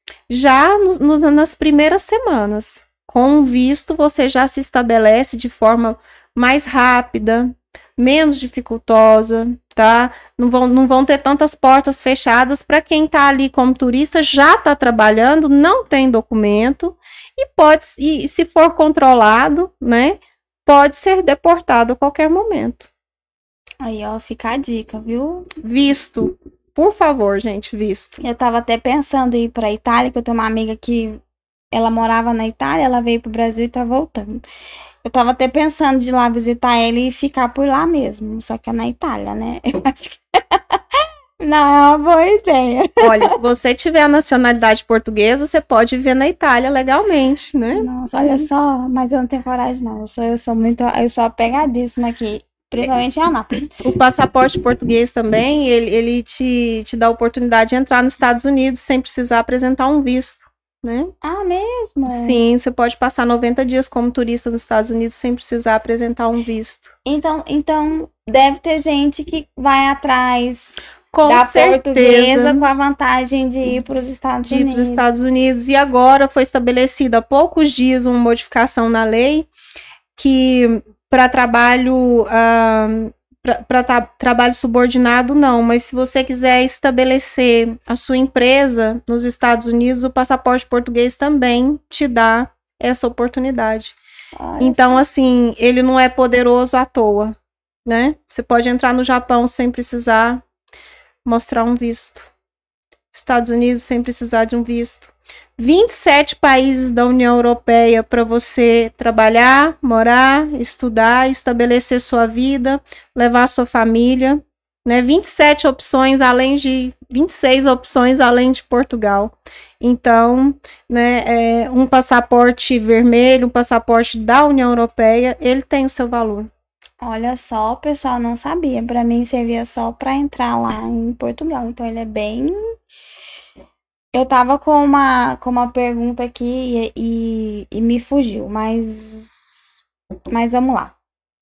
já nos, nos, nas primeiras semanas. Com o visto, você já se estabelece de forma mais rápida, menos dificultosa, tá? Não vão, não vão ter tantas portas fechadas para quem está ali como turista, já está trabalhando, não tem documento e pode, e se for controlado, né, pode ser deportado a qualquer momento. Aí, ó, fica a dica, viu? Visto. Por favor, gente, visto. Eu tava até pensando em ir pra Itália, que eu tenho uma amiga que ela morava na Itália, ela veio pro Brasil e tá voltando. Eu tava até pensando de ir lá visitar ela e ficar por lá mesmo, só que é na Itália, né? Eu acho que não é uma boa ideia. Olha, se você tiver a nacionalidade portuguesa, você pode viver na Itália legalmente, né? Nossa, olha só, mas eu não tenho coragem, não. Eu sou, eu sou muito, eu sou apegadíssima aqui. Principalmente em Anápolis. O passaporte português também, ele, ele te, te dá a oportunidade de entrar nos Estados Unidos sem precisar apresentar um visto, né? Ah, mesmo? Sim, você pode passar noventa dias como turista nos Estados Unidos sem precisar apresentar um visto. Então, então deve ter gente que vai atrás com da certeza, portuguesa com a vantagem de ir para os Estados de ir Unidos. para os Estados Unidos. E agora foi estabelecida há poucos dias uma modificação na lei que para trabalho uh, para tra trabalho subordinado não, mas se você quiser estabelecer a sua empresa nos Estados Unidos, o passaporte português também te dá essa oportunidade. Olha, então, assim, ele não é poderoso à toa, né? Você pode entrar no Japão sem precisar mostrar um visto. Estados Unidos sem precisar de um visto. vinte e sete países da União Europeia para você trabalhar, morar, estudar, estabelecer sua vida, levar sua família, né? vinte e sete opções, além de vinte e seis opções, além de Portugal. Então, né, é, um passaporte vermelho, um passaporte da União Europeia, ele tem o seu valor. Olha só, o pessoal não sabia. Para mim servia só para entrar lá em Portugal. Então ele é bem... Eu tava com uma, com uma pergunta aqui e, e, e me fugiu, mas, mas vamos lá.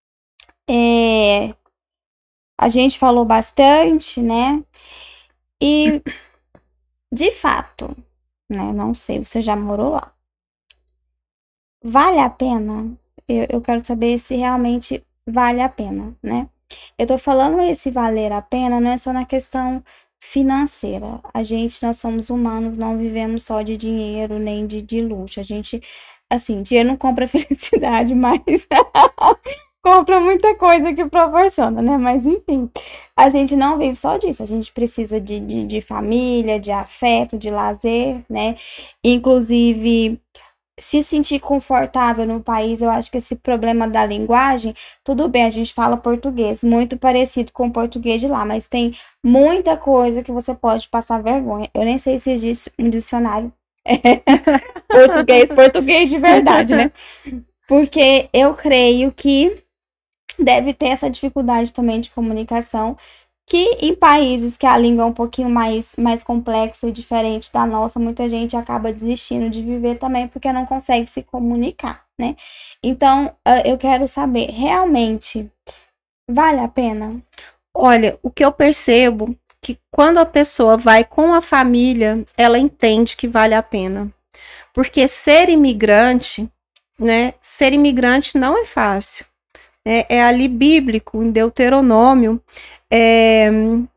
É, a gente falou bastante, né? E, de fato, né? Não sei, você já morou lá. Vale a pena? Eu, eu quero saber se realmente vale a pena, né? Eu tô falando esse valer a pena, não é só na questão financeira. A gente, nós somos humanos, não vivemos só de dinheiro, nem de, de luxo. A gente, assim, dinheiro não compra felicidade, mas compra muita coisa que proporciona, né? Mas, enfim, a gente não vive só disso. A gente precisa de, de, de família, de afeto, de lazer, né? Inclusive... se sentir confortável no país, eu acho que esse problema da linguagem, tudo bem, a gente fala português, muito parecido com o português de lá, mas tem muita coisa que você pode passar vergonha. Eu nem sei se existe um dicionário português, português de verdade, né? Porque eu creio que deve ter essa dificuldade também de comunicação, que em países que a língua é um pouquinho mais, mais complexa e diferente da nossa, muita gente acaba desistindo de viver também porque não consegue se comunicar, né? Então, eu quero saber, realmente, vale a pena? Olha, o que eu percebo que quando a pessoa vai com a família, ela entende que vale a pena. Porque ser imigrante, né? Ser imigrante não é fácil. É, é ali bíblico, em Deuteronômio, é,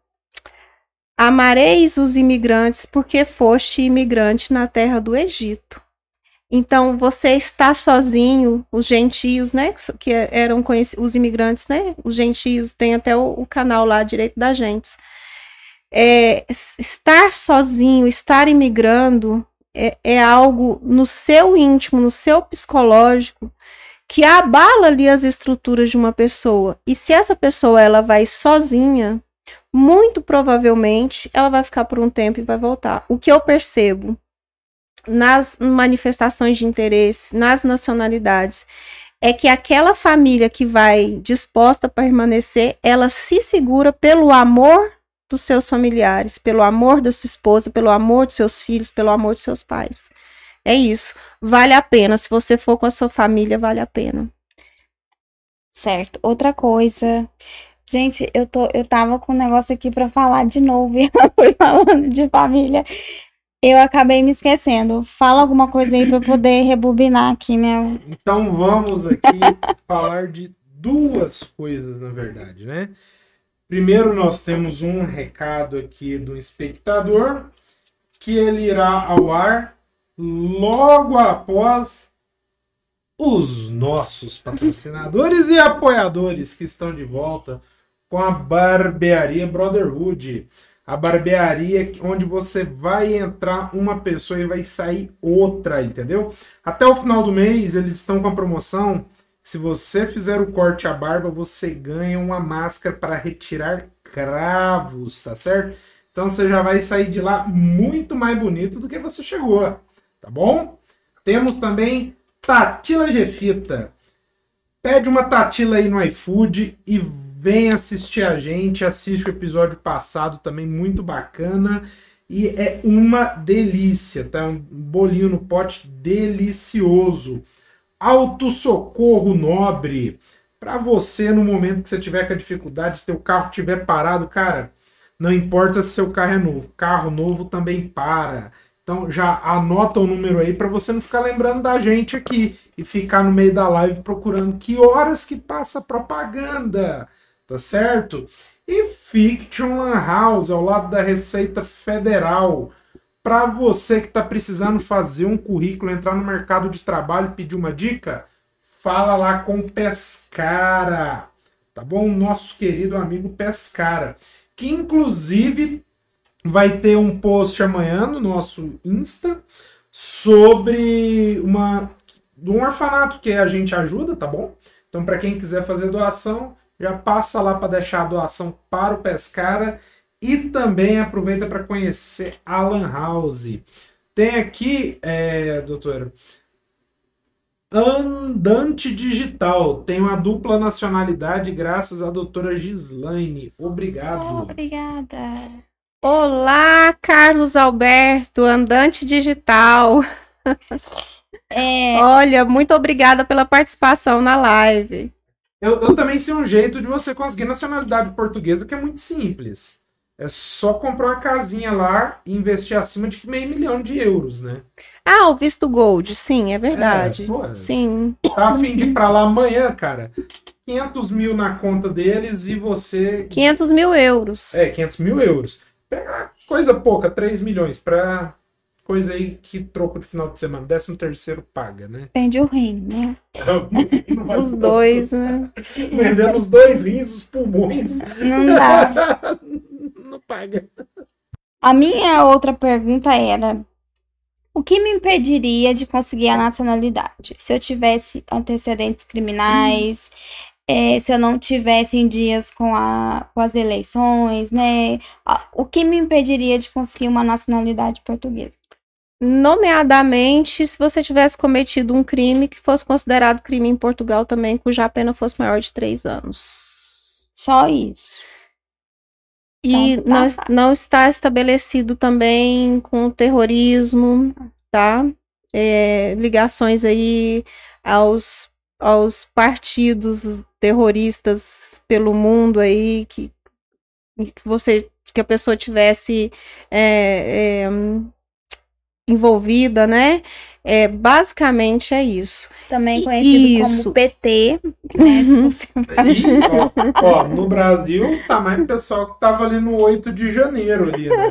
amareis os imigrantes porque foste imigrante na terra do Egito. Então, você está sozinho, os gentios, né, que eram os imigrantes, né, os gentios, tem até o, o canal lá, Direito da Gentes. É, estar sozinho, estar imigrando, é, é algo no seu íntimo, no seu psicológico, que abala ali as estruturas de uma pessoa. E se essa pessoa ela vai sozinha, muito provavelmente ela vai ficar por um tempo e vai voltar. O que eu percebo nas manifestações de interesse, nas nacionalidades, é que aquela família que vai disposta a permanecer, ela se segura pelo amor dos seus familiares, pelo amor da sua esposa, pelo amor dos seus filhos, pelo amor dos seus pais. É isso, vale a pena, se você for com a sua família, vale a pena. Certo, outra coisa, gente, eu, tô, eu tava com um negócio aqui pra falar de novo, e ela foi falando de família, Eu acabei me esquecendo. Fala alguma coisa aí pra eu poder rebobinar aqui, meu. Então vamos aqui falar de duas coisas, na verdade, né? Primeiro nós temos um recado aqui do espectador, que ele irá ao ar logo após os nossos patrocinadores e apoiadores que estão de volta com a Barbearia Brotherhood. A barbearia onde você vai entrar uma pessoa e vai sair outra, entendeu? Até o final do mês eles estão com a promoção. Se você fizer o corte à barba, você ganha uma máscara para retirar cravos, tá certo? Então você já vai sair de lá muito mais bonito do que você chegou, tá bom? Temos também Tatila Gefita. Pede uma Tatila aí no iFood e vem assistir a gente, assiste o episódio passado também, muito bacana. E é uma delícia, tá? Um bolinho no pote delicioso. Autossocorro Nobre. Para você, no momento que você tiver com a dificuldade, teu carro estiver parado, cara, não importa se seu carro é novo. Carro novo também para. Então já anota o número aí para você não ficar lembrando da gente aqui e ficar no meio da live procurando que horas que passa propaganda. Tá certo? E Fiction Lan House, ao lado da Receita Federal. Para você que está precisando fazer um currículo, entrar no mercado de trabalho e pedir uma dica, fala lá com o Pescara. Tá bom? Nosso querido amigo Pescara. Que inclusive vai ter um post amanhã no nosso Insta sobre uma, um orfanato que a gente ajuda, tá bom? Então, para quem quiser fazer doação, já passa lá para deixar a doação para o Pescara e também aproveita para conhecer a Lan House. Tem aqui, é, doutora, Andante Digital. Tem uma dupla nacionalidade graças à doutora Gislaine. Obrigado. Obrigada. Olá, Carlos Alberto, Andante Digital. É... Olha, muito obrigada pela participação na live. Eu, eu também sei um jeito de você conseguir nacionalidade portuguesa que é muito simples. É só comprar uma casinha lá e investir acima de meio milhão de euros, né? Ah, o visto Gold, sim, é verdade. É, pô, sim. Tá a fim de ir pra lá amanhã, cara. quinhentos mil na conta deles e você... quinhentos mil euros. É, quinhentos mil euros. Pega coisa pouca, três milhões, pra coisa aí que troco de final de semana. décimo terceiro paga, né? Vende o rim, né? Os dois, né? Vendendo os dois rins, os pulmões. Não dá. Não paga. A minha outra pergunta era: o que me impediria de conseguir a nacionalidade? Se eu tivesse antecedentes criminais, é, se eu não tivesse em dias com, a, com as eleições, né? O que me impediria de conseguir uma nacionalidade portuguesa? Nomeadamente, se você tivesse cometido um crime que fosse considerado crime em Portugal também, cuja pena fosse maior de três anos. Só isso. E Então, tá não, fácil. não está estabelecido também com o terrorismo, tá? É, ligações aí aos, aos partidos terroristas pelo mundo aí, que, que você, que a pessoa tivesse é, é, envolvida, né? É, basicamente é isso. Também E- conhecido isso. como P T, né? Se Uhum. você... E, ó, ó, no Brasil, tá mais o pessoal que tava ali no oito de janeiro ali, né?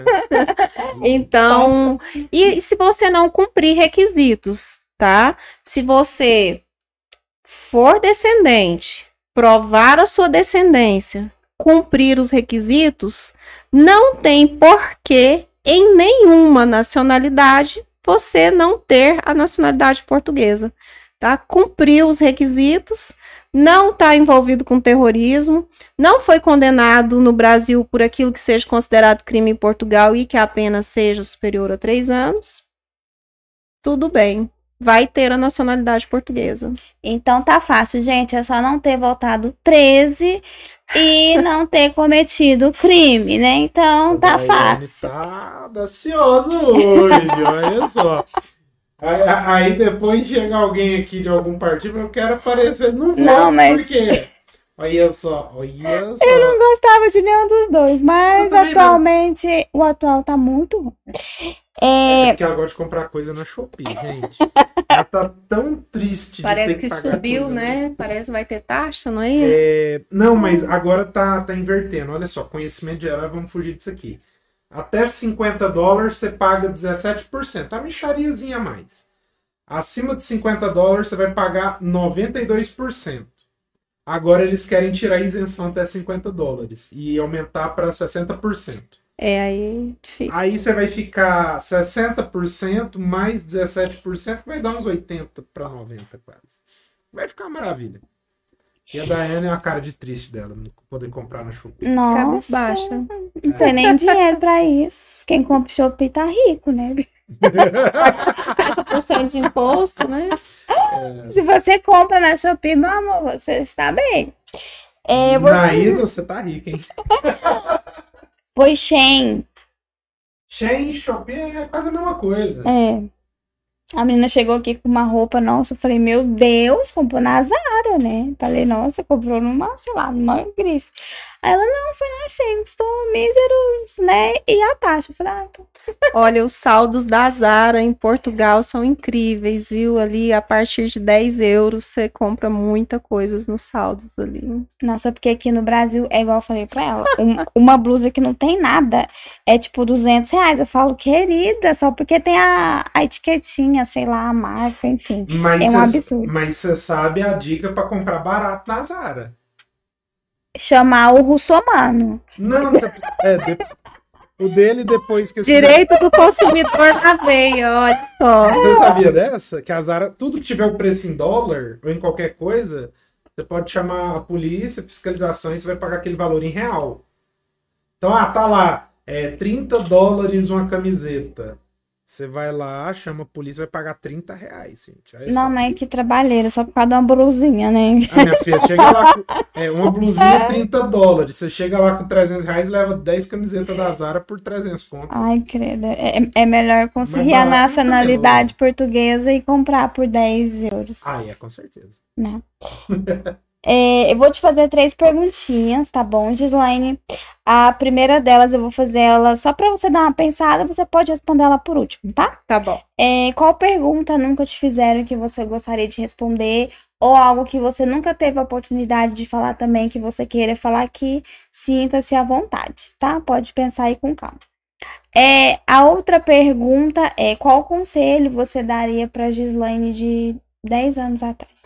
Então, e se você não cumprir requisitos, tá? Se você for descendente, provar a sua descendência, cumprir os requisitos, não tem porquê em nenhuma nacionalidade você não ter a nacionalidade portuguesa, tá? Cumpriu os requisitos, não está envolvido com terrorismo, não foi condenado no Brasil por aquilo que seja considerado crime em Portugal e que a pena seja superior a três anos, tudo bem, vai ter a nacionalidade portuguesa. Então tá fácil, gente. É só não ter votado treze e não ter cometido crime, né? Então tá Daiane fácil. Tá audacioso hoje, olha só. Aí, aí depois chega alguém aqui de algum partido, eu quero aparecer no voto, Não, mas- por quê? Olha só, olha só. Eu não gostava de nenhum dos dois, mas Eu também não. atualmente o atual tá muito ruim. É, É porque ela gosta de comprar coisa na Shopee, gente. Ela tá tão triste de Parece ter que que pagar subiu, coisa, né? Parece que vai ter taxa, não é? É, não, mas agora tá, tá invertendo. Olha só, conhecimento geral, vamos fugir disso aqui. Até cinquenta dólares você paga dezessete por cento. A mixariazinha a mais. Acima de cinquenta dólares você vai pagar noventa e dois por cento. Agora eles querem tirar a isenção até cinquenta dólares e aumentar para sessenta por cento. É, aí difícil. Aí você vai ficar sessenta por cento mais dezessete por cento, vai dar uns oitenta para noventa quase. Vai ficar uma maravilha. E a Daiane é uma cara de triste dela, não poder comprar na Shopee. nossa, Cabisbaixa. não tem nem dinheiro pra isso. Quem compra Shopee tá rico, né? cinquenta por cento de imposto, né? Se você compra na Shopee, meu amor, você está bem. É, eu vou Na te- Isa, você tá rica, hein? Foi Shein. Shein, Shopee é quase a mesma coisa. É. A menina chegou aqui com uma roupa, nossa, eu falei, meu Deus, comprou na Zara, né? Falei, nossa, comprou numa, sei lá, numa grife. Aí ela, não, foi na Shein, custou míseros, né? E a taxa. Eu falei, ah, então. Olha, os saldos da Zara em Portugal são incríveis, viu? Ali, a partir de dez euros, você compra muita coisa nos saldos ali. Nossa, porque aqui no Brasil, é igual eu falei pra ela, um- uma blusa que não tem nada é tipo duzentos reais. Eu falo, querida, só porque tem a, a etiquetinha, sei lá, a marca, enfim. Mas É um cê- absurdo. Mas você sabe a dica pra comprar barato na Zara. Chamar o russomano. Não, cê- é, de- o dele depois que... esse- Direito do consumidor na veia, olha só. Você sabia dessa? Que a Zara, tudo que tiver o preço em dólar ou em qualquer coisa, você pode chamar a polícia, fiscalização e você vai pagar aquele valor em real. Então, ah, tá lá, é trinta dólares uma camiseta. Você vai lá, chama a polícia, vai pagar trinta reais, gente. Aí Não, só. mas que trabalheira, só por causa de uma blusinha, né? A minha filha chega lá com é, uma blusinha trinta dólares. Você chega lá com trezentos reais e leva dez camisetas da Zara por trezentos conto. Ai, credo. É, é melhor conseguir Mais a barato, nacionalidade portuguesa e comprar por dez euros, Ah, é, com certeza. né? É, eu vou te fazer três perguntinhas, tá bom, Gislaine? A primeira delas eu vou fazer ela só pra você dar uma pensada, você pode responder ela por último, tá? Tá bom. É, qual pergunta nunca te fizeram que você gostaria de responder? Ou algo que você nunca teve a oportunidade de falar também que você queira falar aqui? Sinta-se à vontade, tá? Pode pensar aí com calma. É, a outra pergunta é: qual conselho você daria pra Gislaine de dez anos atrás?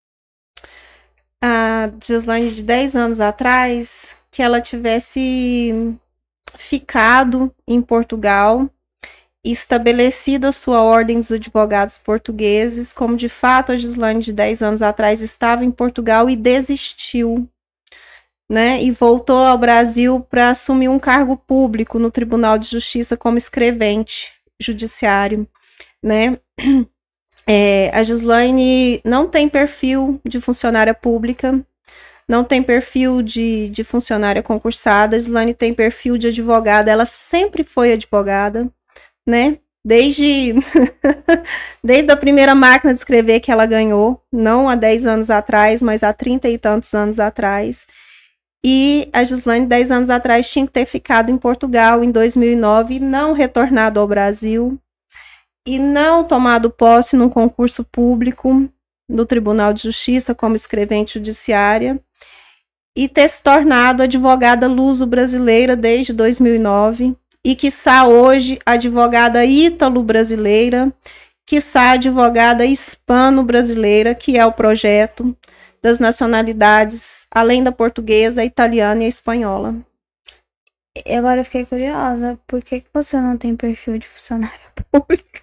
A Gislaine de dez anos atrás, que ela tivesse ficado em Portugal, estabelecido a sua ordem dos advogados portugueses, como de fato a Gislaine de dez anos atrás estava em Portugal e desistiu, né? E voltou ao Brasil para assumir um cargo público no Tribunal de Justiça como escrevente judiciário, né? É, a Gislaine não tem perfil de funcionária pública, não tem perfil de, de funcionária concursada, a Gislaine tem perfil de advogada, ela sempre foi advogada, né? Desde, desde a primeira máquina de escrever que ela ganhou, não há dez anos atrás, mas há trinta e tantos anos atrás. E a Gislaine, dez anos atrás, tinha que ter ficado em Portugal em dois mil e nove e não retornado ao Brasil. E não tomado posse num concurso público no Tribunal de Justiça como escrevente judiciária e ter se tornado advogada luso-brasileira desde dois mil e nove e, quiçá, hoje, advogada ítalo-brasileira, quiçá, advogada hispano-brasileira, que é o projeto das nacionalidades, além da portuguesa, a italiana e a espanhola. E agora eu fiquei curiosa, por que que você não tem perfil de funcionária pública?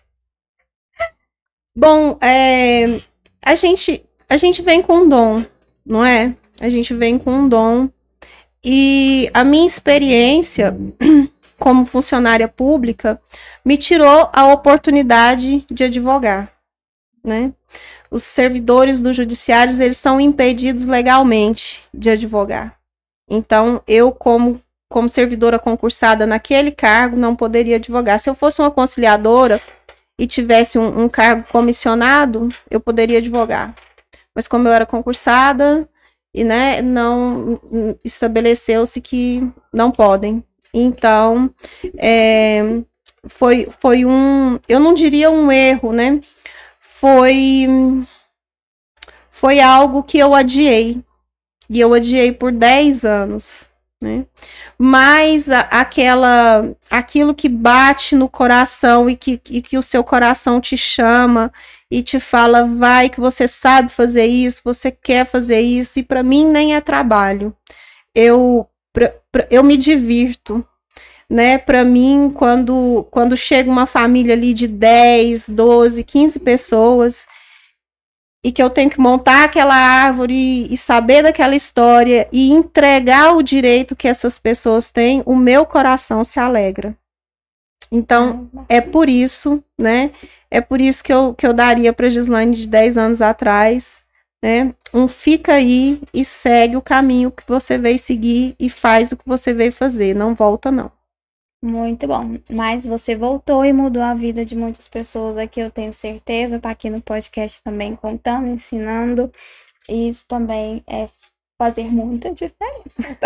Bom, é, a gente, a gente vem com um dom, não é? A gente vem com um dom. E a minha experiência como funcionária pública me tirou a oportunidade de advogar, né? Os servidores do judiciário, eles são impedidos legalmente de advogar. Então, eu, como, como servidora concursada naquele cargo, não poderia advogar. Se eu fosse uma conciliadora e tivesse um, um cargo comissionado, eu poderia advogar. Mas como eu era concursada, e, né, não estabeleceu-se que não podem. Então, é, foi, foi um, eu não diria um erro, né? Foi, foi algo que eu adiei. E eu adiei por dez anos, né? Mas a, aquela, aquilo que bate no coração e que, e que o seu coração te chama e te fala, vai, que você sabe fazer isso, você quer fazer isso, e para mim nem é trabalho. Eu, pra, pra, eu me divirto, né? Para mim, quando, quando chega uma família ali de dez, doze, quinze pessoas e que eu tenho que montar aquela árvore e saber daquela história e entregar o direito que essas pessoas têm, o meu coração se alegra. Então, é por isso, né? É por isso que eu, que eu daria para a Gislaine de dez anos atrás, né? Um fica aí e segue o caminho que você veio seguir e faz o que você veio fazer. Não volta, não. Muito bom. Mas você voltou e mudou a vida de muitas pessoas aqui, eu tenho certeza. Tá aqui no podcast também contando, ensinando. E isso também é fazer muita diferença.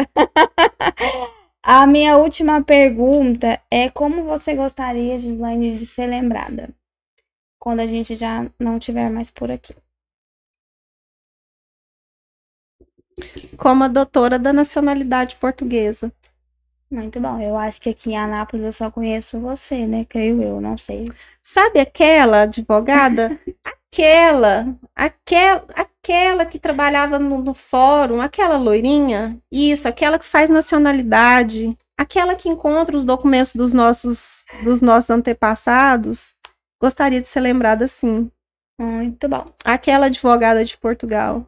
A minha última pergunta é: como você gostaria, Gislaine, de ser lembrada quando a gente já não estiver mais por aqui? Como a doutora da nacionalidade portuguesa. Muito bom. Eu acho que aqui em Anápolis eu só conheço você, né? Creio eu, não sei. Sabe aquela advogada? aquela, aquela, aquela que trabalhava no, no fórum, aquela loirinha? Isso, aquela que faz nacionalidade, aquela que encontra os documentos dos nossos, dos nossos antepassados. Gostaria de ser lembrada assim. Muito bom. Aquela advogada de Portugal.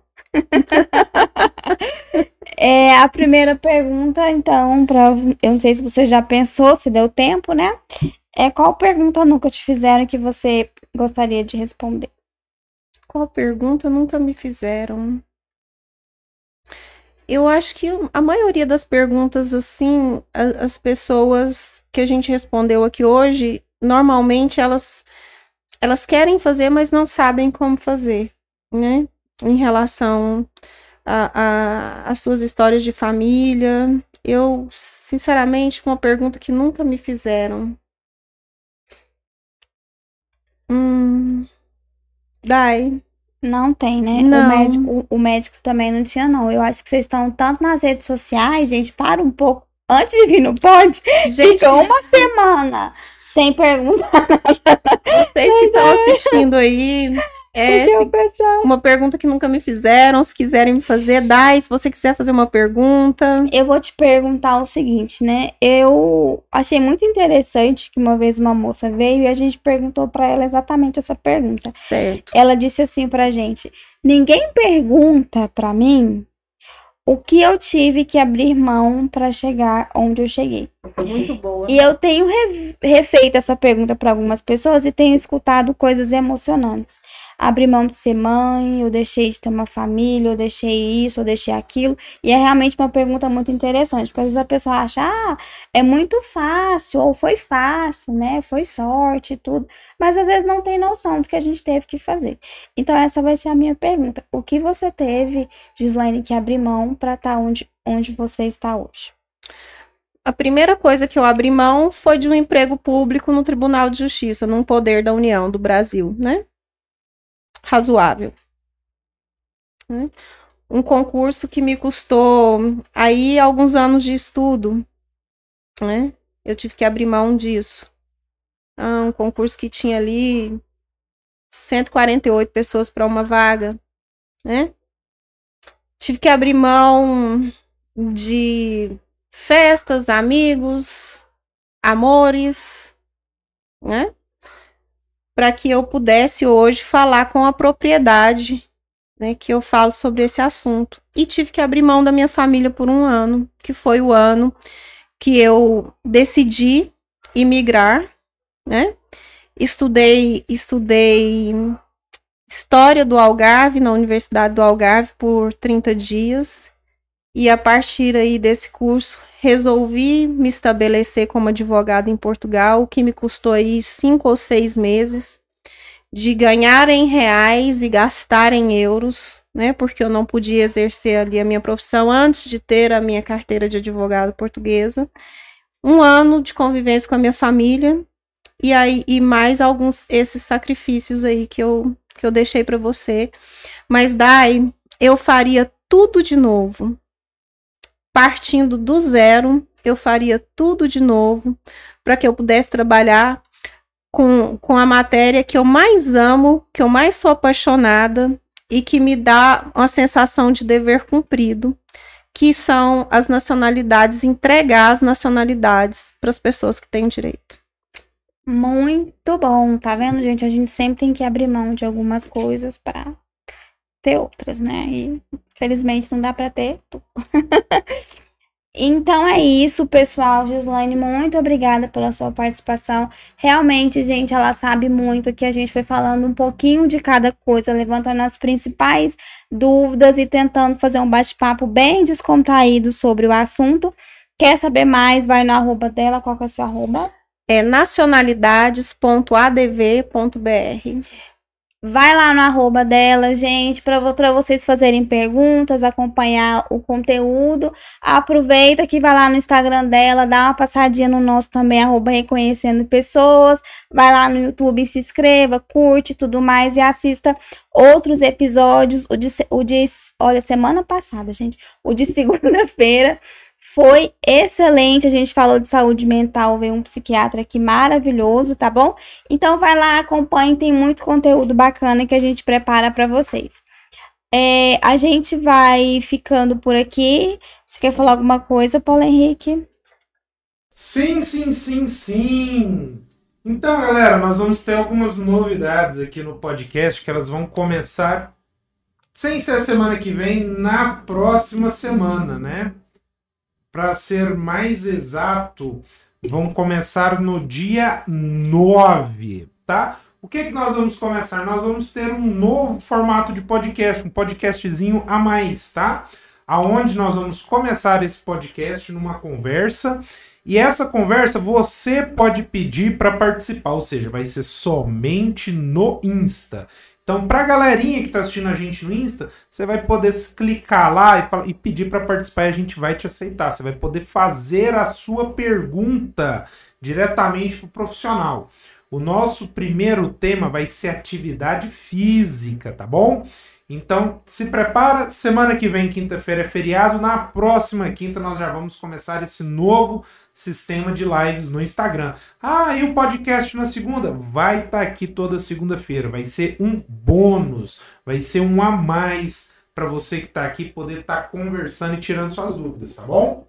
É a primeira pergunta, então, pra, eu não sei se você já pensou, se deu tempo, né? É qual pergunta nunca te fizeram que você gostaria de responder? Qual pergunta nunca me fizeram? Eu acho que a maioria das perguntas, assim, a, as pessoas que a gente respondeu aqui hoje, normalmente elas, elas querem fazer, mas não sabem como fazer, né? Em relação às suas histórias de família. Eu, sinceramente, uma pergunta que nunca me fizeram. Hum, Dai. Não tem, né? Não. O médico, o, o médico também não tinha, não. Eu acho que vocês estão tanto nas redes sociais, gente, para um pouco. Antes de vir no pod, Gente, fica uma semana sem perguntar nada. Vocês que estão assistindo aí, é Porque o pessoal... uma pergunta que nunca me fizeram. Se quiserem me fazer, Dai, se você quiser fazer uma pergunta. Eu vou te perguntar o seguinte, né? Eu achei muito interessante que uma vez uma moça veio e a gente perguntou pra ela exatamente essa pergunta. Certo. Ela disse assim pra gente: ninguém pergunta pra mim o que eu tive que abrir mão pra chegar onde eu cheguei. Muito boa. E eu tenho re- refeito essa pergunta para algumas pessoas e tenho escutado coisas emocionantes. Abri mão de ser mãe, eu deixei de ter uma família, eu deixei isso, eu deixei aquilo. E é realmente uma pergunta muito interessante, porque às vezes a pessoa acha, ah, é muito fácil, ou foi fácil, né? Foi sorte e tudo. Mas às vezes não tem noção do que a gente teve que fazer. Então essa vai ser a minha pergunta. O que você teve, Gislaine, que abrir mão para estar onde, onde você está hoje? A primeira coisa que eu abri mão foi de um emprego público no Tribunal de Justiça, num poder da União do Brasil, né? Razoável. Um concurso que me custou aí alguns anos de estudo, né? Eu tive que abrir mão disso. Ah, um concurso que tinha ali cento e quarenta e oito pessoas para uma vaga, né? Tive que abrir mão de festas, amigos, amores, né? Para que eu pudesse hoje falar com a propriedade, né, que eu falo sobre esse assunto. E tive que abrir mão da minha família por um ano, que foi o ano que eu decidi imigrar, né? Estudei, estudei História do Algarve na Universidade do Algarve por trinta dias. E a partir aí desse curso, resolvi me estabelecer como advogada em Portugal, o que me custou aí cinco ou seis meses de ganhar em reais e gastar em euros, né? Porque eu não podia exercer ali a minha profissão antes de ter a minha carteira de advogado portuguesa. Um ano de convivência com a minha família e aí e mais alguns esses sacrifícios aí que eu que eu deixei para você. Mas Dai, eu faria tudo de novo. Partindo do zero, eu faria tudo de novo para que eu pudesse trabalhar com, com a matéria que eu mais amo, que eu mais sou apaixonada e que me dá uma sensação de dever cumprido, que são as nacionalidades, entregar as nacionalidades para as pessoas que têm direito. Muito bom, tá vendo, gente? A gente sempre tem que abrir mão de algumas coisas para ter outras, né? E felizmente não dá para ter tudo. Então é isso, pessoal. Gislaine, muito obrigada pela sua participação. Realmente, gente, ela sabe muito, que a gente foi falando um pouquinho de cada coisa, levantando as principais dúvidas e tentando fazer um bate-papo bem descontraído sobre o assunto. Quer saber mais? Vai no arroba dela. Qual que é o seu arroba? É nacionalidades ponto a d v ponto b r. Vai lá no arroba dela, gente, para vocês fazerem perguntas, acompanhar o conteúdo. Aproveita que vai lá no Instagram dela, dá uma passadinha no nosso também, arroba Reconhecendo Pessoas. Vai lá no YouTube, se inscreva, curte tudo mais e assista outros episódios. O de, o de olha, semana passada, gente, o de segunda-feira foi excelente, a gente falou de saúde mental, veio um psiquiatra aqui maravilhoso, tá bom? Então vai lá, acompanhe, tem muito conteúdo bacana que a gente prepara para vocês. É, a gente vai ficando por aqui. Você quer falar alguma coisa, Paulo Henrique? Sim, sim, sim, sim! Então, galera, nós vamos ter algumas novidades aqui no podcast, que elas vão começar, sem ser a semana que vem, na próxima semana, né? Para ser mais exato, vamos começar no dia nove, tá? O que que nós vamos começar? Nós vamos ter um novo formato de podcast, um podcastzinho a mais, tá? Aonde nós vamos começar esse podcast numa conversa, e essa conversa você pode pedir para participar, ou seja, vai ser somente no Insta. Então, para a galerinha que está assistindo a gente no Insta, você vai poder clicar lá e, falar, e pedir para participar e a gente vai te aceitar. Você vai poder fazer a sua pergunta diretamente para o profissional. O nosso primeiro tema vai ser atividade física, tá bom? Então, se prepara, semana que vem, quinta-feira, é feriado. Na próxima quinta, nós já vamos começar esse novo sistema de lives no Instagram. Ah, e o podcast na segunda? Vai estar aqui toda segunda-feira. Vai ser um bônus, vai ser um a mais para você que está aqui poder estar conversando e tirando suas dúvidas, tá bom?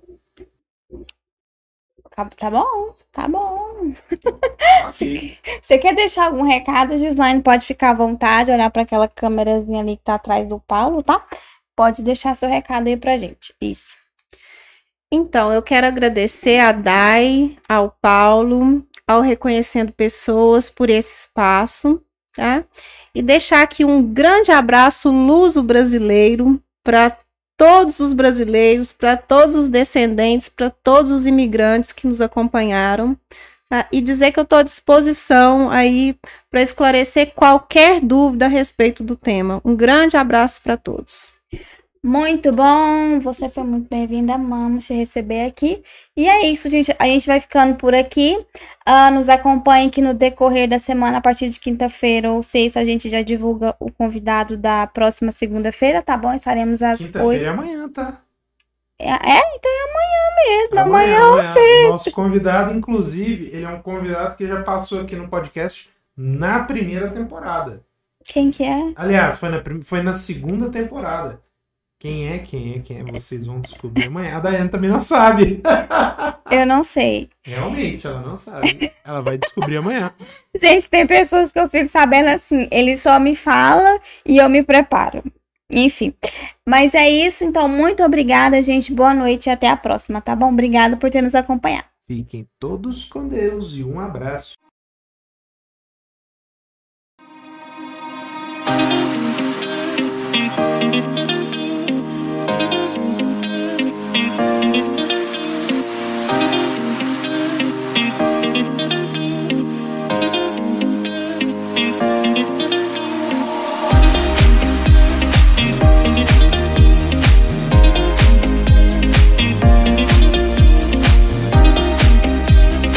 Tá bom, tá bom. Okay. Você quer deixar algum recado, Gislaine? Pode ficar à vontade, olhar para aquela câmerazinha ali que tá atrás do Paulo, tá? Pode deixar seu recado aí pra gente. Isso. Então, eu quero agradecer a Dai, ao Paulo, ao Reconhecendo Pessoas por esse espaço, tá? E deixar aqui um grande abraço luso-brasileiro para todos os brasileiros, para todos os descendentes, para todos os imigrantes que nos acompanharam, tá? E dizer que eu estou à disposição aí para esclarecer qualquer dúvida a respeito do tema. Um grande abraço para todos. Muito bom, você foi muito bem-vinda, amamos te receber aqui. E é isso, gente, a gente vai ficando por aqui. Uh, nos acompanhe que no decorrer da semana, a partir de quinta-feira ou sexta, a gente já divulga o convidado da próxima segunda-feira, tá bom? Estaremos às oito. Quinta-feira é amanhã, tá? É, é, então é amanhã mesmo, amanhã, amanhã, amanhã. Eu sei. Nosso convidado, inclusive, ele é um convidado que já passou aqui no podcast na primeira temporada. Quem que é? Aliás, foi na, foi na segunda temporada. Quem é, quem é, quem é, vocês vão descobrir amanhã. A Daiane também não sabe. Eu não sei. Realmente, ela não sabe. Ela vai descobrir amanhã. Gente, tem pessoas que eu fico sabendo assim, ele só me fala e eu me preparo. Enfim, mas é isso, então muito obrigada, gente, boa noite e até a próxima, tá bom? Obrigada por ter nos acompanhado. Fiquem todos com Deus e um abraço.